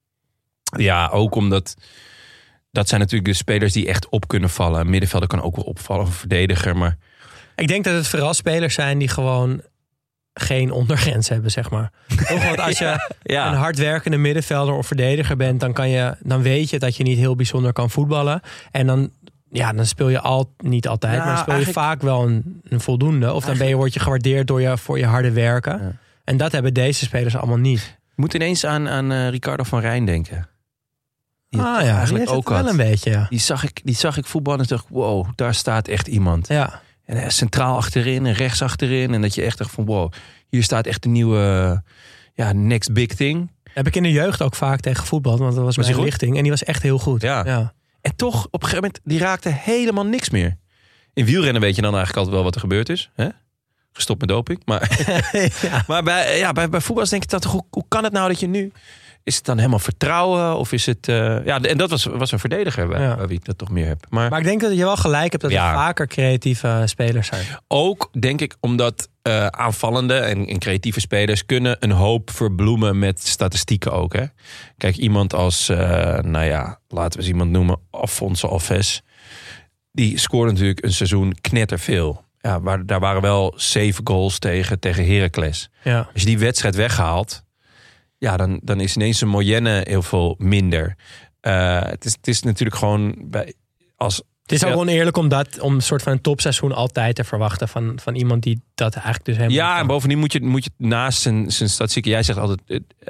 Speaker 5: Ja, ook omdat... Dat zijn natuurlijk de spelers die echt op kunnen vallen. Een middenvelder kan ook wel opvallen, of een verdediger. Maar
Speaker 2: Ik denk dat het vooral spelers zijn die gewoon geen ondergrens hebben, zeg maar. Toch? Want als je een hardwerkende middenvelder of verdediger bent, dan weet je dat je niet heel bijzonder kan voetballen. En dan speel je niet altijd,
Speaker 5: Ja,
Speaker 2: maar speel je
Speaker 5: eigenlijk-
Speaker 2: vaak wel een voldoende. Of dan word je gewaardeerd voor je harde werken.
Speaker 5: Ja.
Speaker 2: En dat hebben deze spelers allemaal niet.
Speaker 5: ik moet ineens aan Ricardo van Rijn denken. Die het
Speaker 2: Die
Speaker 5: eigenlijk
Speaker 2: heeft het
Speaker 5: ook
Speaker 2: wel
Speaker 5: had.
Speaker 2: een beetje, ja.
Speaker 5: Die zag ik voetballen en dacht, wow, daar staat echt iemand.
Speaker 2: Ja,
Speaker 5: En centraal achterin en rechts achterin. En dat je echt dacht van, wow, hier staat echt de nieuwe next big thing.
Speaker 2: heb ik in de jeugd ook vaak tegen voetbal, want dat was
Speaker 5: hij
Speaker 2: mijn
Speaker 5: goed?
Speaker 2: lichting. En die was echt heel goed.
Speaker 5: Ja. En toch, op een gegeven moment, die raakte helemaal niks meer. In wielrennen weet je dan eigenlijk altijd wel wat er gebeurd is. Hè? Gestopt met doping. Maar,
Speaker 2: Ja.
Speaker 5: maar bij voetbal denk ik dat, hoe kan het nou dat je nu... Is het dan helemaal vertrouwen? Of is het... en dat was een verdediger bij wie ik dat toch meer heb. Maar
Speaker 2: Maar ik denk dat je wel gelijk hebt dat er
Speaker 5: Ja.
Speaker 2: vaker creatieve spelers zijn.
Speaker 5: ook, denk ik, omdat aanvallende en creatieve spelers kunnen een hoop verbloemen met statistieken ook. Hè? Kijk, iemand als, laten we eens iemand noemen, Afonso Alves. Die scoorde natuurlijk een seizoen knetterveel. Ja, daar waren wel 7 goals tegen Heracles.
Speaker 2: Ja.
Speaker 5: Als je die wedstrijd weghaalt, ja, dan is ineens een moyenne heel veel minder. Het is natuurlijk gewoon als...
Speaker 2: Het is ook oneerlijk om een soort van een topseizoen altijd te verwachten van iemand die dat eigenlijk dus helemaal niet
Speaker 5: Ja,
Speaker 2: kan.
Speaker 5: en bovendien moet je naast zijn statistieken... Jij zegt altijd,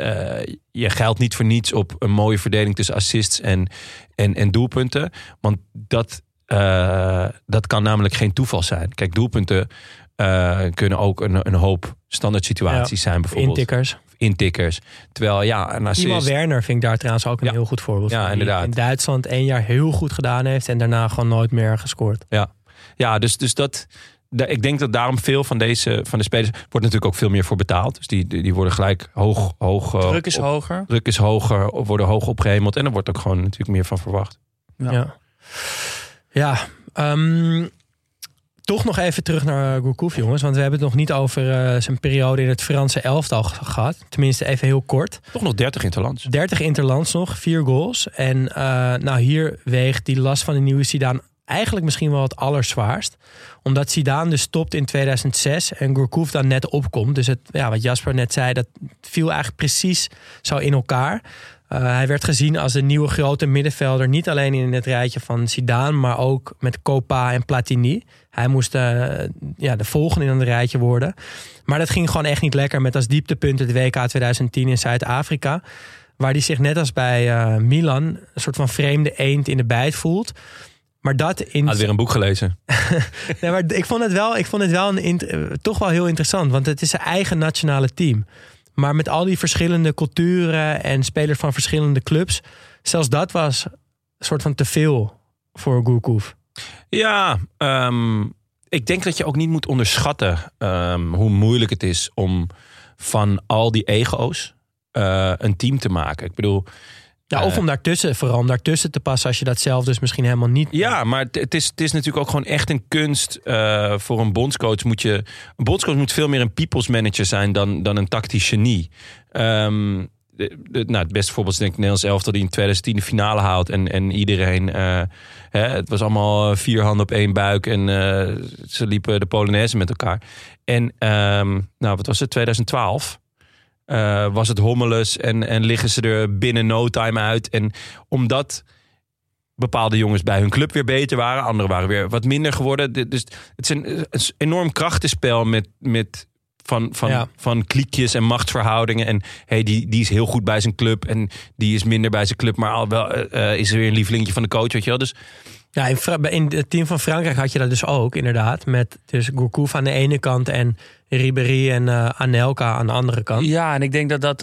Speaker 5: je geldt niet voor niets op een mooie verdeling tussen assists en doelpunten. Want dat kan namelijk geen toeval zijn. Kijk, doelpunten kunnen ook een hoop standaard situaties zijn. Bijvoorbeeld intikkers. Terwijl, een assist...
Speaker 2: Timo Werner vind ik daar trouwens ook een heel goed voorbeeld van.
Speaker 5: Ja,
Speaker 2: Die
Speaker 5: inderdaad.
Speaker 2: in Duitsland 1 jaar heel goed gedaan heeft en daarna gewoon nooit meer gescoord.
Speaker 5: Ja, dus dat... Ik denk dat daarom veel van de spelers... wordt natuurlijk ook veel meer voor betaald. Dus die worden gelijk hoog
Speaker 7: Druk is hoger.
Speaker 5: Druk is hoger, worden hoog opgehemeld. En er wordt ook gewoon natuurlijk meer van verwacht.
Speaker 2: Toch nog even terug naar Gourcuff, jongens. Want we hebben het nog niet over zijn periode in het Franse elftal gehad. Tenminste, even heel kort.
Speaker 5: Toch nog 30 interlands.
Speaker 2: 30 interlands nog, 4 goals. En hier weegt die last van de nieuwe Zidane eigenlijk misschien wel het allerzwaarst. Omdat Zidane dus stopt in 2006 en Gourcuff dan net opkomt. Dus wat Jasper net zei, dat viel eigenlijk precies zo in elkaar. Hij werd gezien als de nieuwe grote middenvelder. Niet alleen in het rijtje van Zidane, maar ook met Copa en Platini. Hij moest de volgende in het rijtje worden. Maar dat ging gewoon echt niet lekker met als dieptepunt het WK 2010 in Zuid-Afrika. Waar hij zich net als bij Milan een soort van vreemde eend in de bijt voelt. Maar dat in...
Speaker 5: Had weer een boek gelezen.
Speaker 2: Nee, maar ik vond het wel toch wel heel interessant. Want het is zijn eigen nationale team. Maar met al die verschillende culturen en spelers van verschillende clubs. Zelfs dat was een soort van te veel voor Gourcuff.
Speaker 5: Ja, ik denk dat je ook niet moet onderschatten hoe moeilijk het is om van al die ego's een team te maken. Ik bedoel...
Speaker 2: Ja, of om daartussen te passen als je dat zelf dus misschien helemaal niet...
Speaker 5: Ja, maar het is natuurlijk ook gewoon echt een kunst voor een bondscoach. Een bondscoach moet veel meer een people's manager zijn dan een tactisch genie. Het beste voorbeeld is denk ik Nederlands elftal die in 2010 de finale haalt. En iedereen... het was allemaal 4 handen op 1 buik. En ze liepen de Polonaise met elkaar. En wat was het? 2012... was het hommeles en liggen ze er binnen no time uit. En omdat bepaalde jongens bij hun club weer beter waren... anderen waren weer wat minder geworden. Dus het is een enorm krachtenspel van kliekjes en machtsverhoudingen. En die is heel goed bij zijn club en die is minder bij zijn club... maar al wel is er weer een lievelingetje van de coach, weet je wel. Dus...
Speaker 2: Ja, in het team van Frankrijk had je dat dus ook, inderdaad. Met dus Gourcuff aan de ene kant en Ribéry en Anelka aan de andere kant.
Speaker 7: Ja, en ik denk dat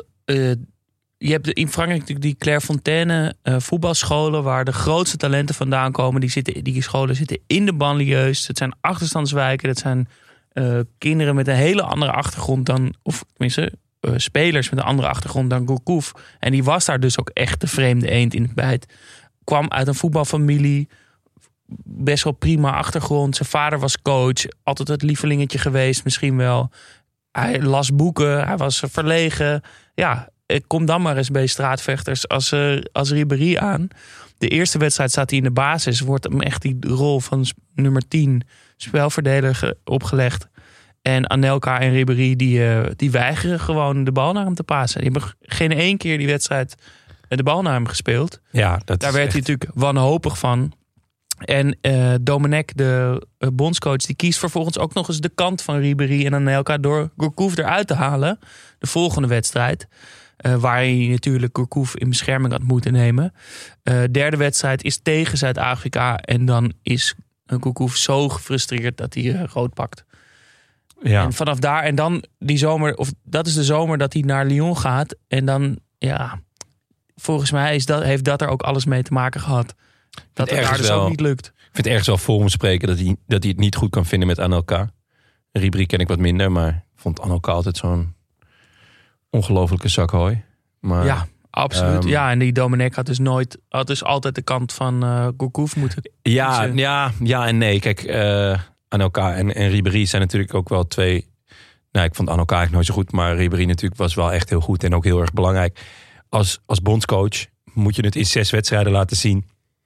Speaker 7: je hebt in Frankrijk natuurlijk die Clairefontaine voetbalscholen... waar de grootste talenten vandaan komen. Die scholen zitten in de banlieues. Het zijn achterstandswijken. Dat zijn kinderen met een hele andere achtergrond dan... of tenminste, spelers met een andere achtergrond dan Gourcuff. En die was daar dus ook echt de vreemde eend in het bijt. Kwam uit een voetbalfamilie... best wel prima achtergrond. Zijn vader was coach. Altijd het lievelingetje geweest, misschien wel. Hij las boeken. Hij was verlegen. Ja, kom dan maar eens bij straatvechters als Ribéry aan. De eerste wedstrijd staat hij in de basis. Wordt hem echt die rol van nummer 10 spelverdeler opgelegd. En Anelka en Ribéry die weigeren gewoon de bal naar hem te pasen. Die hebben geen 1 keer die wedstrijd de bal naar hem gespeeld.
Speaker 5: Ja,
Speaker 7: daar werd hij natuurlijk wanhopig van. En Domenech, de bondscoach, die kiest vervolgens ook nog eens de kant van Ribéry en Anelka door Gourcuff eruit te halen. De volgende wedstrijd. Waar hij natuurlijk Gourcuff in bescherming had moeten nemen. Derde wedstrijd is tegen Zuid-Afrika. En dan is Gourcuff zo gefrustreerd dat hij rood pakt. Ja. En vanaf daar, en dan die zomer, of dat is de zomer dat hij naar Lyon gaat. En dan, ja, volgens mij heeft dat er ook alles mee te maken gehad. Dat het daar dus ook niet lukt.
Speaker 5: Ik vind het ergens wel voor hem spreken dat hij het niet goed kan vinden met Anelka. Ribéry ken ik wat minder, maar ik vond Anelka altijd zo'n ongelofelijke zak hooi. Maar,
Speaker 7: ja, absoluut. Ja, en die Domenech had dus altijd de kant van Gourcuff moeten kiezen.
Speaker 5: Ja en nee. Kijk, Anelka en Ribéry zijn natuurlijk ook wel twee... Nou, ik vond Anelka eigenlijk nooit zo goed, maar Ribéry natuurlijk was wel echt heel goed en ook heel erg belangrijk. Als bondscoach moet je het in 6 wedstrijden laten zien.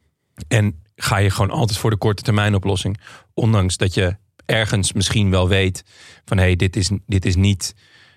Speaker 5: En ga je gewoon altijd voor de korte termijn oplossing. Ondanks dat je ergens misschien wel weet van dit is niet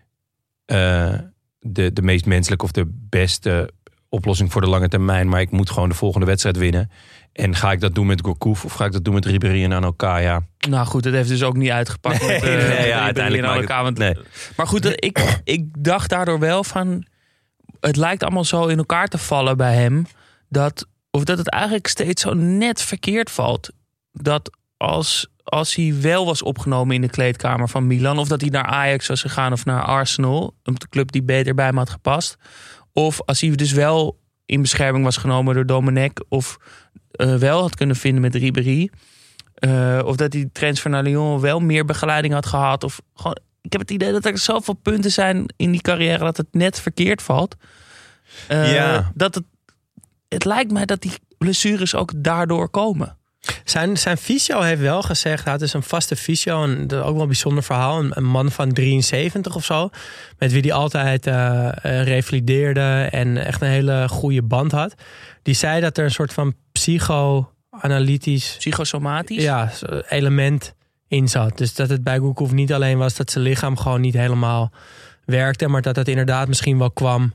Speaker 5: de meest menselijke of de beste oplossing voor de lange termijn. Maar ik moet gewoon de volgende wedstrijd winnen. En ga ik dat doen met Gourcuff of ga ik dat doen met Ribéry en Anelka? Ja.
Speaker 7: Nou goed, het heeft dus ook niet uitgepakt met uiteindelijk en Anelka. Maar goed, ik dacht daardoor wel van... Het lijkt allemaal zo in elkaar te vallen bij hem... dat het eigenlijk steeds zo net verkeerd valt. Dat als hij wel was opgenomen in de kleedkamer van Milan... of dat hij naar Ajax was gegaan of naar Arsenal... de club die beter bij hem had gepast... of als hij dus wel in bescherming was genomen door Domenech... of wel had kunnen vinden met Ribéry... of dat die transfer naar Lyon wel meer begeleiding had gehad... of gewoon, ik heb het idee dat er zoveel punten zijn in die carrière... dat het net verkeerd valt. Dat het lijkt mij dat die blessures ook daardoor komen.
Speaker 2: Zijn fysio heeft wel gezegd... het is een vaste fysio, en dat is ook wel een bijzonder verhaal. Een man van 73 of zo... met wie hij altijd revalideerde... en echt een hele goede band had. Die zei dat er een soort van psychoanalytisch...
Speaker 7: psychosomatisch?
Speaker 2: Ja, element in zat. Dus dat het bij Gourcuff niet alleen was... dat zijn lichaam gewoon niet helemaal werkte... maar dat het inderdaad misschien wel kwam...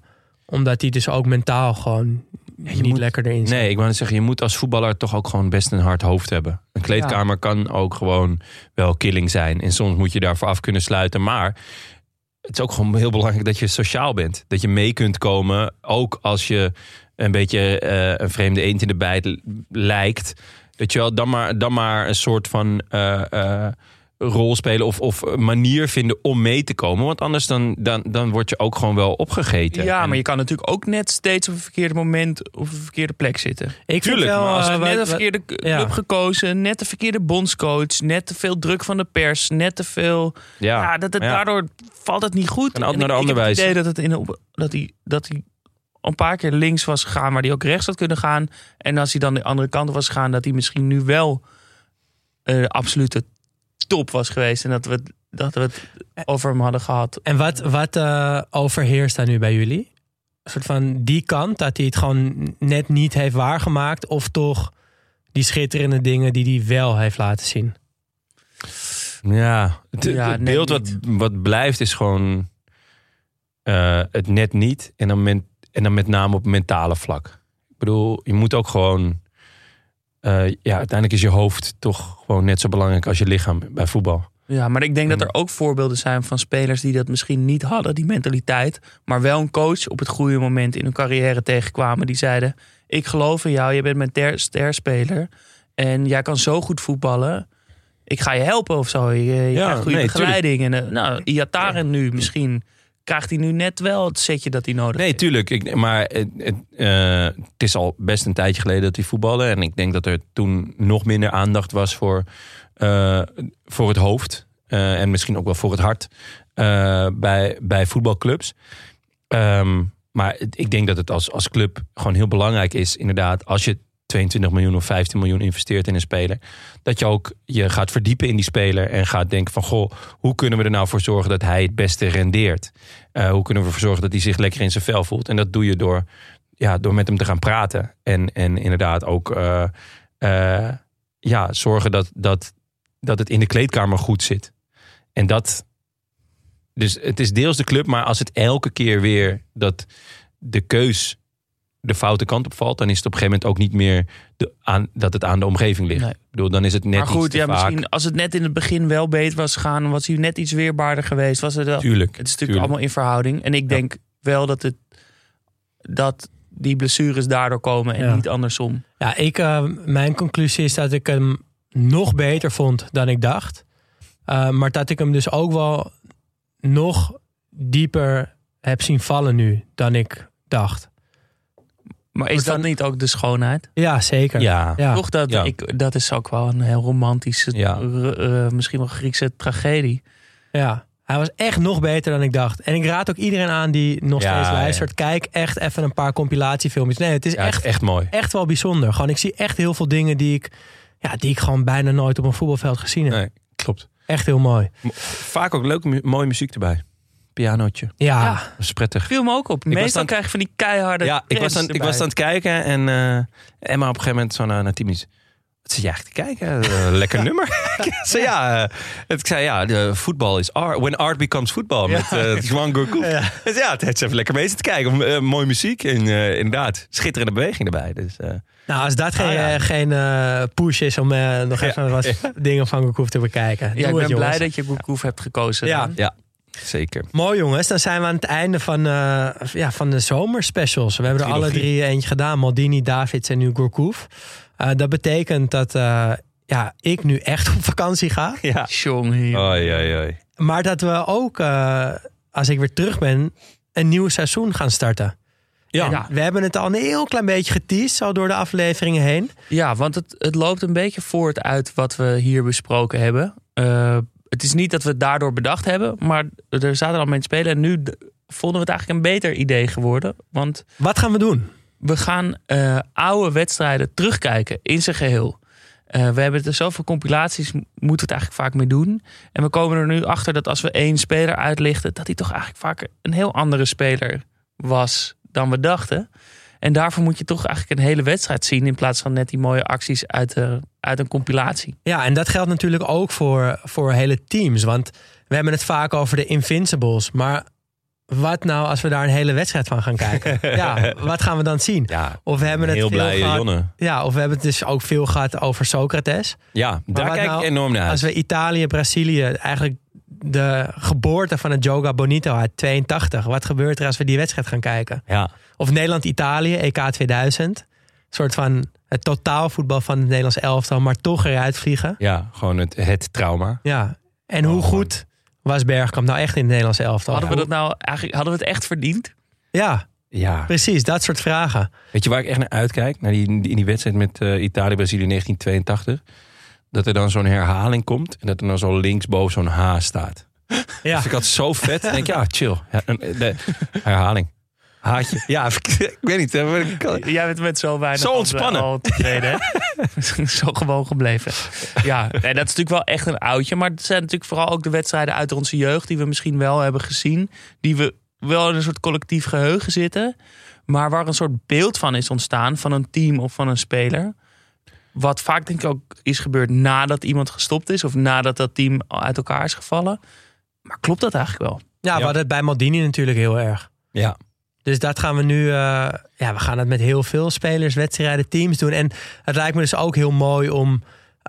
Speaker 2: Omdat hij dus ook mentaal gewoon niet lekker erin zit.
Speaker 5: Nee, ik wou net zeggen, je moet als voetballer toch ook gewoon best een hard hoofd hebben. Een kleedkamer kan ook gewoon wel killing zijn. En soms moet je daarvoor af kunnen sluiten. Maar het is ook gewoon heel belangrijk dat je sociaal bent. Dat je mee kunt komen, ook als je een beetje een vreemde eend in de bijt lijkt. Dat je wel dan maar een soort van rol spelen of manier vinden om mee te komen. Want anders dan word je ook gewoon wel opgegeten.
Speaker 7: Ja, maar je kan natuurlijk ook net steeds op een verkeerde moment op een verkeerde plek zitten.
Speaker 2: Ik vind wel,
Speaker 7: Als je net een verkeerde club gekozen, net de verkeerde bondscoach, net te veel druk van de pers, net te veel. Daardoor valt het niet goed.
Speaker 5: En altijd naar de andere wijze.
Speaker 7: Ik heb het idee dat hij een paar keer links was gegaan, waar hij ook rechts had kunnen gaan. En als hij dan de andere kant was gegaan, dat hij misschien nu wel absolute top was geweest. En dat we het over hem hadden gehad.
Speaker 2: En wat overheerst daar nu bij jullie? Een soort van die kant, dat hij het gewoon net niet heeft waargemaakt, of toch die schitterende dingen die hij wel heeft laten zien?
Speaker 5: Ja, het beeld wat blijft is gewoon het net niet. En dan met name op mentale vlak. Ik bedoel, je moet ook gewoon uiteindelijk is je hoofd toch gewoon net zo belangrijk als je lichaam bij voetbal.
Speaker 7: Ja, maar ik denk dat er ook voorbeelden zijn van spelers die dat misschien niet hadden, die mentaliteit. Maar wel een coach op het goede moment in hun carrière tegenkwamen. Die zeiden, ik geloof in jou, je bent mijn sterspeler. En jij kan zo goed voetballen. Ik ga je helpen of zo. Je krijgt goede begeleiding. Tuurlijk. En Iataren nu misschien krijgt hij nu net wel het setje dat hij nodig heeft.
Speaker 5: Nee, tuurlijk. Maar het is al best een tijdje geleden dat hij voetbalde. En ik denk dat er toen nog minder aandacht was voor het hoofd. En misschien ook wel voor het hart bij voetbalclubs. Maar ik denk dat het als club gewoon heel belangrijk is. Inderdaad, als je 22 miljoen of 15 miljoen investeert in een speler, dat je ook je gaat verdiepen in die speler en gaat denken van, goh, hoe kunnen we er nou voor zorgen dat hij het beste rendeert? Hoe kunnen we ervoor zorgen dat hij zich lekker in zijn vel voelt? En dat doe je door met hem te gaan praten. En inderdaad ook zorgen dat het in de kleedkamer goed zit. En dus het is deels de club, maar als het elke keer weer dat de keus de foute kant op valt, dan is het op een gegeven moment ook niet meer dat het aan de omgeving ligt. Nee. Ik bedoel, dan is het net
Speaker 7: maar goed,
Speaker 5: iets te vaak.
Speaker 7: Misschien als het net in het begin wel beter was gegaan, was hij net iets weerbaarder geweest. Was het wel.
Speaker 5: Tuurlijk.
Speaker 7: Het is natuurlijk allemaal in verhouding. En ik denk wel dat die blessures daardoor komen en niet andersom.
Speaker 2: Ja, mijn conclusie is dat ik hem nog beter vond dan ik dacht. Maar dat ik hem dus ook wel nog dieper heb zien vallen nu dan ik dacht.
Speaker 7: Maar is dat niet ook de schoonheid?
Speaker 2: Ja, zeker.
Speaker 5: Ja.
Speaker 7: Toch dat is ook wel een heel romantische, misschien wel Griekse tragedie.
Speaker 2: Ja, hij was echt nog beter dan ik dacht. En ik raad ook iedereen aan die nog steeds luistert. Kijk echt even een paar compilatiefilmpjes. Nee, het is
Speaker 5: echt mooi.
Speaker 2: Echt wel bijzonder. Gewoon, ik zie echt heel veel dingen die ik gewoon bijna nooit op een voetbalveld gezien heb.
Speaker 5: Nee, klopt.
Speaker 2: Echt heel mooi.
Speaker 5: Vaak ook leuk, mooie muziek erbij. Pianootje.
Speaker 2: Ja.
Speaker 5: Dat is prettig.
Speaker 7: Viel me ook op. Meestal krijg je van die keiharde.
Speaker 5: Ja, ik was aan het kijken en Emma op een gegeven moment zo na 10 minuten. Wat zit je eigenlijk te kijken? Lekker nummer. Ik zei voetbal is art. When art becomes football. Met Juan Gourcuff. Dus het is even lekker bezig te kijken. Mooie muziek en inderdaad schitterende beweging erbij. Dus,
Speaker 2: nou, als dat geen push is om nog even wat dingen van Gourcuff te bekijken.
Speaker 7: Ja, ik ben blij dat je Gourcuff hebt gekozen.
Speaker 5: Ja. Zeker.
Speaker 2: Mooi jongens, dan zijn we aan het einde van de zomerspecials. We hebben er alle 3 eentje gedaan. Maldini, Davids en nu Gourcuff. Dat betekent dat ik nu echt op vakantie ga.
Speaker 5: Ja.
Speaker 7: Oei.
Speaker 2: Maar dat we ook, als ik weer terug ben, een nieuw seizoen gaan starten. Ja. We hebben het al een heel klein beetje geteased, al door de afleveringen heen.
Speaker 7: Ja, want het loopt een beetje voort uit wat we hier besproken hebben. Het is niet dat we het daardoor bedacht hebben, maar er zaten al mensen spelen. En nu vonden we het eigenlijk een beter idee geworden. Want
Speaker 2: wat gaan we doen?
Speaker 7: We gaan oude wedstrijden terugkijken in zijn geheel. We hebben er zoveel compilaties, moeten we het eigenlijk vaak mee doen. En we komen er nu achter dat als we 1 speler uitlichten, dat hij toch eigenlijk vaak een heel andere speler was dan we dachten. En daarvoor moet je toch eigenlijk een hele wedstrijd zien, in plaats van net die mooie acties uit een compilatie.
Speaker 2: Ja, en dat geldt natuurlijk ook voor hele teams. Want we hebben het vaak over de Invincibles. Maar wat nou als we daar een hele wedstrijd van gaan kijken? Ja, wat gaan we dan zien?
Speaker 5: Ja,
Speaker 2: Of we hebben het
Speaker 5: heel
Speaker 2: veel
Speaker 5: blij,
Speaker 2: gehad,
Speaker 5: Jonne.
Speaker 2: ja, of we hebben het dus ook veel gehad over Socrates.
Speaker 5: Ja,
Speaker 2: Maar
Speaker 5: daar
Speaker 2: wat
Speaker 5: kijk
Speaker 2: nou
Speaker 5: ik enorm naar uit.
Speaker 2: Als we Italië, Brazilië, eigenlijk de geboorte van het Joga Bonito uit 82. Wat gebeurt er als we die wedstrijd gaan kijken?
Speaker 5: Ja,
Speaker 2: Of Nederland-Italië, EK 2000. Een soort van het totaalvoetbal van het Nederlands elftal, maar toch eruit vliegen.
Speaker 5: ja, gewoon het trauma.
Speaker 2: Ja. En hoe goed was Bergkamp nou echt in het Nederlands elftal?
Speaker 7: Hadden we dat nou eigenlijk, hadden we het echt verdiend?
Speaker 2: Ja,
Speaker 5: Ja,
Speaker 2: precies. Dat soort vragen.
Speaker 5: weet je waar ik echt naar uitkijk? Naar die wedstrijd met Italië-Brazilië 1982. Dat er dan zo'n herhaling komt en dat er dan zo linksboven zo'n H staat.
Speaker 2: Ja.
Speaker 5: Dus ik had zo vet. Dan denk ik, ja, chill. Ja, de herhaling. Haatje. Ja, ik weet niet.
Speaker 7: Jij bent met zo weinig
Speaker 5: Zo ontspannen.
Speaker 7: al tevreden, hè? Zo gewoon gebleven. Ja, nee, dat is natuurlijk wel echt een oudje. Maar het zijn natuurlijk vooral ook de wedstrijden uit onze jeugd... die we misschien wel hebben gezien. Die we wel in een soort collectief geheugen zitten. Maar waar een soort beeld van is ontstaan... van een team of van een speler. Wat vaak denk ik ook is gebeurd nadat iemand gestopt is... of nadat dat team uit elkaar is gevallen. Maar klopt dat eigenlijk wel?
Speaker 2: Ja, we hadden het bij Maldini natuurlijk heel erg.
Speaker 5: Ja.
Speaker 2: Dus dat gaan we nu... we gaan het met heel veel spelers, wedstrijden, teams doen. En het lijkt me dus ook heel mooi om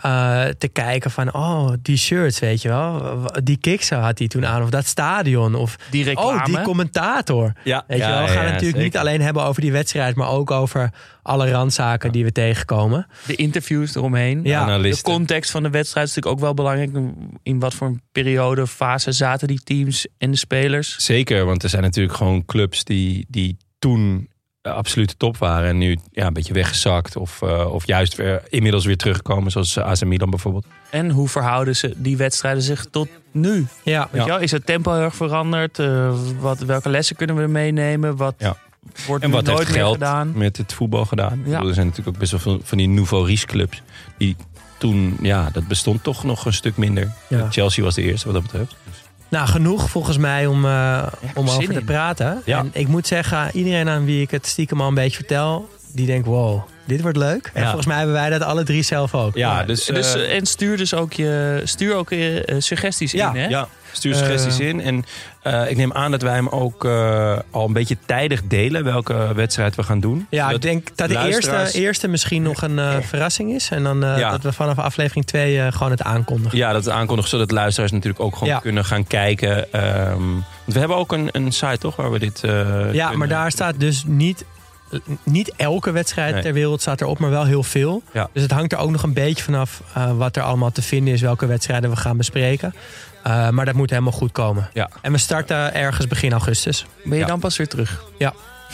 Speaker 2: te kijken van... oh, die shirts, weet je wel. Die kicks had hij toen aan. Of dat stadion. Of
Speaker 7: Die reclame.
Speaker 2: die commentator.
Speaker 5: Ja,
Speaker 2: Weet je wel, we gaan het natuurlijk niet alleen hebben over die wedstrijd... maar ook over alle randzaken die we tegenkomen.
Speaker 7: De interviews eromheen.
Speaker 2: Ja.
Speaker 7: De
Speaker 5: Analisten.
Speaker 7: context van de wedstrijd is natuurlijk ook wel belangrijk. In wat voor een periode, fase zaten die teams en de spelers?
Speaker 5: Zeker, want er zijn natuurlijk gewoon clubs die toen absolute top waren. En nu een beetje weggezakt. Of juist inmiddels weer terugkomen. Zoals AC Milan bijvoorbeeld.
Speaker 7: En hoe verhouden ze die wedstrijden zich tot nu?
Speaker 2: Ja.
Speaker 7: Weet je wel? Is het tempo heel erg veranderd? Welke lessen kunnen we meenemen? Wat wordt
Speaker 5: En
Speaker 7: nu
Speaker 5: wat heeft
Speaker 7: nooit meer
Speaker 5: geld
Speaker 7: gedaan?
Speaker 5: met het voetbal gedaan? Ik
Speaker 7: Ja.
Speaker 5: bedoel, er zijn natuurlijk ook best wel veel van die nouveau riche clubs. Die toen, dat bestond toch nog een stuk minder.
Speaker 2: Ja.
Speaker 5: Chelsea was de eerste wat dat betreft. Dus.
Speaker 2: Nou, genoeg volgens mij om
Speaker 7: zin
Speaker 2: over te
Speaker 7: in.
Speaker 2: praten.
Speaker 5: Ja.
Speaker 2: En ik moet zeggen, iedereen aan wie ik het stiekem al een beetje vertel... die denkt, wow, dit wordt leuk. En
Speaker 5: Ja.
Speaker 2: volgens mij hebben wij dat alle drie zelf ook.
Speaker 5: Ja, dus
Speaker 7: En stuur ook je suggesties in. Hè?
Speaker 5: ja, stuur suggesties in. En ik neem aan dat wij hem ook al een beetje tijdig delen welke wedstrijd we gaan doen.
Speaker 2: Ja,
Speaker 5: Zodat
Speaker 2: ik denk dat de
Speaker 5: luisteraars-
Speaker 2: eerste misschien nog een verrassing is. En dan dat we vanaf aflevering 2 gewoon het aankondigen.
Speaker 5: Ja, dat het aankondigt, zodat luisteraars natuurlijk ook gewoon kunnen gaan kijken. Want we hebben ook een site, toch? Waar we dit
Speaker 2: Maar daar staat dus niet elke wedstrijd ter wereld staat erop, maar wel heel veel.
Speaker 5: Ja.
Speaker 2: Dus het hangt er ook nog een beetje vanaf wat er allemaal te vinden is, welke wedstrijden we gaan bespreken. Maar dat moet helemaal goed komen.
Speaker 5: Ja.
Speaker 2: En we starten ergens begin augustus.
Speaker 7: Ben je dan pas weer terug?
Speaker 2: Ja.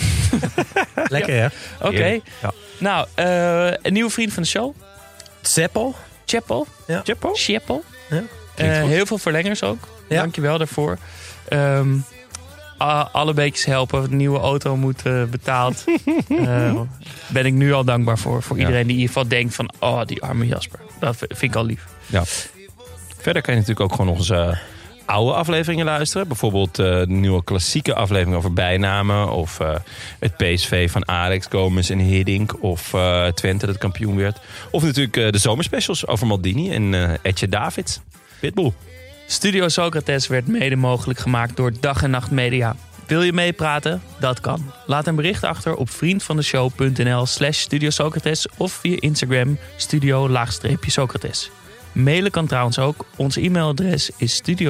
Speaker 2: Lekker hè?
Speaker 7: Oké.
Speaker 5: Ja.
Speaker 7: Nou, een nieuwe vriend van de show.
Speaker 2: Zeppel.
Speaker 7: Chapel.
Speaker 2: Ja.
Speaker 7: Chapel.
Speaker 2: Ja.
Speaker 7: Heel veel verlengers ook.
Speaker 2: Ja.
Speaker 7: Dankjewel daarvoor. Alle beetjes helpen. De nieuwe auto moet betaald. Ben ik nu al dankbaar voor. Voor iedereen die in ieder geval denkt van... oh, die arme Jasper. Dat vind ik al lief.
Speaker 5: Ja. Verder kan je natuurlijk ook gewoon onze oude afleveringen luisteren. Bijvoorbeeld de nieuwe klassieke aflevering over bijnamen. Of het PSV van Alex, Gomez en Hiddink. Of Twente dat kampioen werd. Of natuurlijk de zomerspecials over Maldini en Etje Davids. Pitbull.
Speaker 7: Studio Socrates werd mede mogelijk gemaakt door Dag en Nacht Media. Wil je meepraten? Dat kan. Laat een bericht achter op vriendvandeshow.nl/Studio Socrates of via Instagram studio_Socrates. Mailen kan trouwens ook. Ons e-mailadres is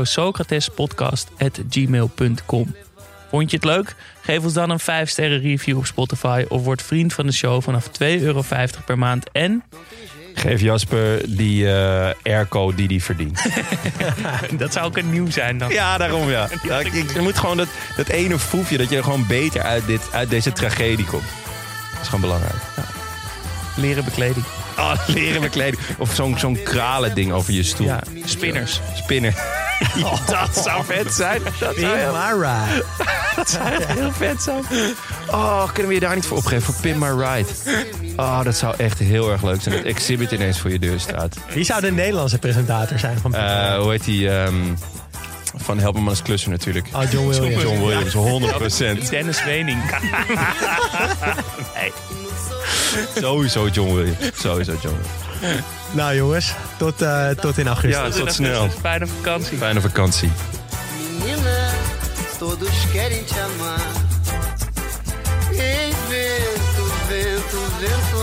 Speaker 7: studiosocratespodcast@gmail.com. Vond je het leuk? Geef ons dan een 5-sterren review op Spotify of word vriend van de show vanaf €2,50 per maand. En
Speaker 5: geef Jasper die airco die hij verdient.
Speaker 7: dat zou ook een nieuw zijn dan.
Speaker 5: Ja, daarom ja. Je moet gewoon dat ene foefje, dat je er gewoon beter uit deze tragedie komt. Dat is gewoon belangrijk. Ja.
Speaker 7: Leren bekleding.
Speaker 5: Oh, leren met kleding. Of zo'n kralen ding over je stoel.
Speaker 7: Ja, spinners.
Speaker 5: Spinner. Dat zou vet zijn. Dat zou heel vet zijn. Oh, kunnen we je daar niet voor opgeven? Voor Pin My Ride. Oh, dat zou echt heel erg leuk zijn. Dat Exhibit ineens voor je deur staat.
Speaker 2: Wie zou de Nederlandse presentator zijn van
Speaker 5: Hoe heet die? Van Help Me Maar Eens Klussen natuurlijk.
Speaker 2: Oh, John Williams.
Speaker 5: John Williams, 100%.
Speaker 7: Dennis Wening. Nee.
Speaker 5: Sowieso John Williams. Sowieso John Williams.
Speaker 2: Nou jongens, tot in augustus.
Speaker 5: Ja, tot snel.
Speaker 7: Fijne vakantie.
Speaker 5: Fijne vakantie.
Speaker 6: Menina, estou todos querem te amar. Ei, vento, vento, vento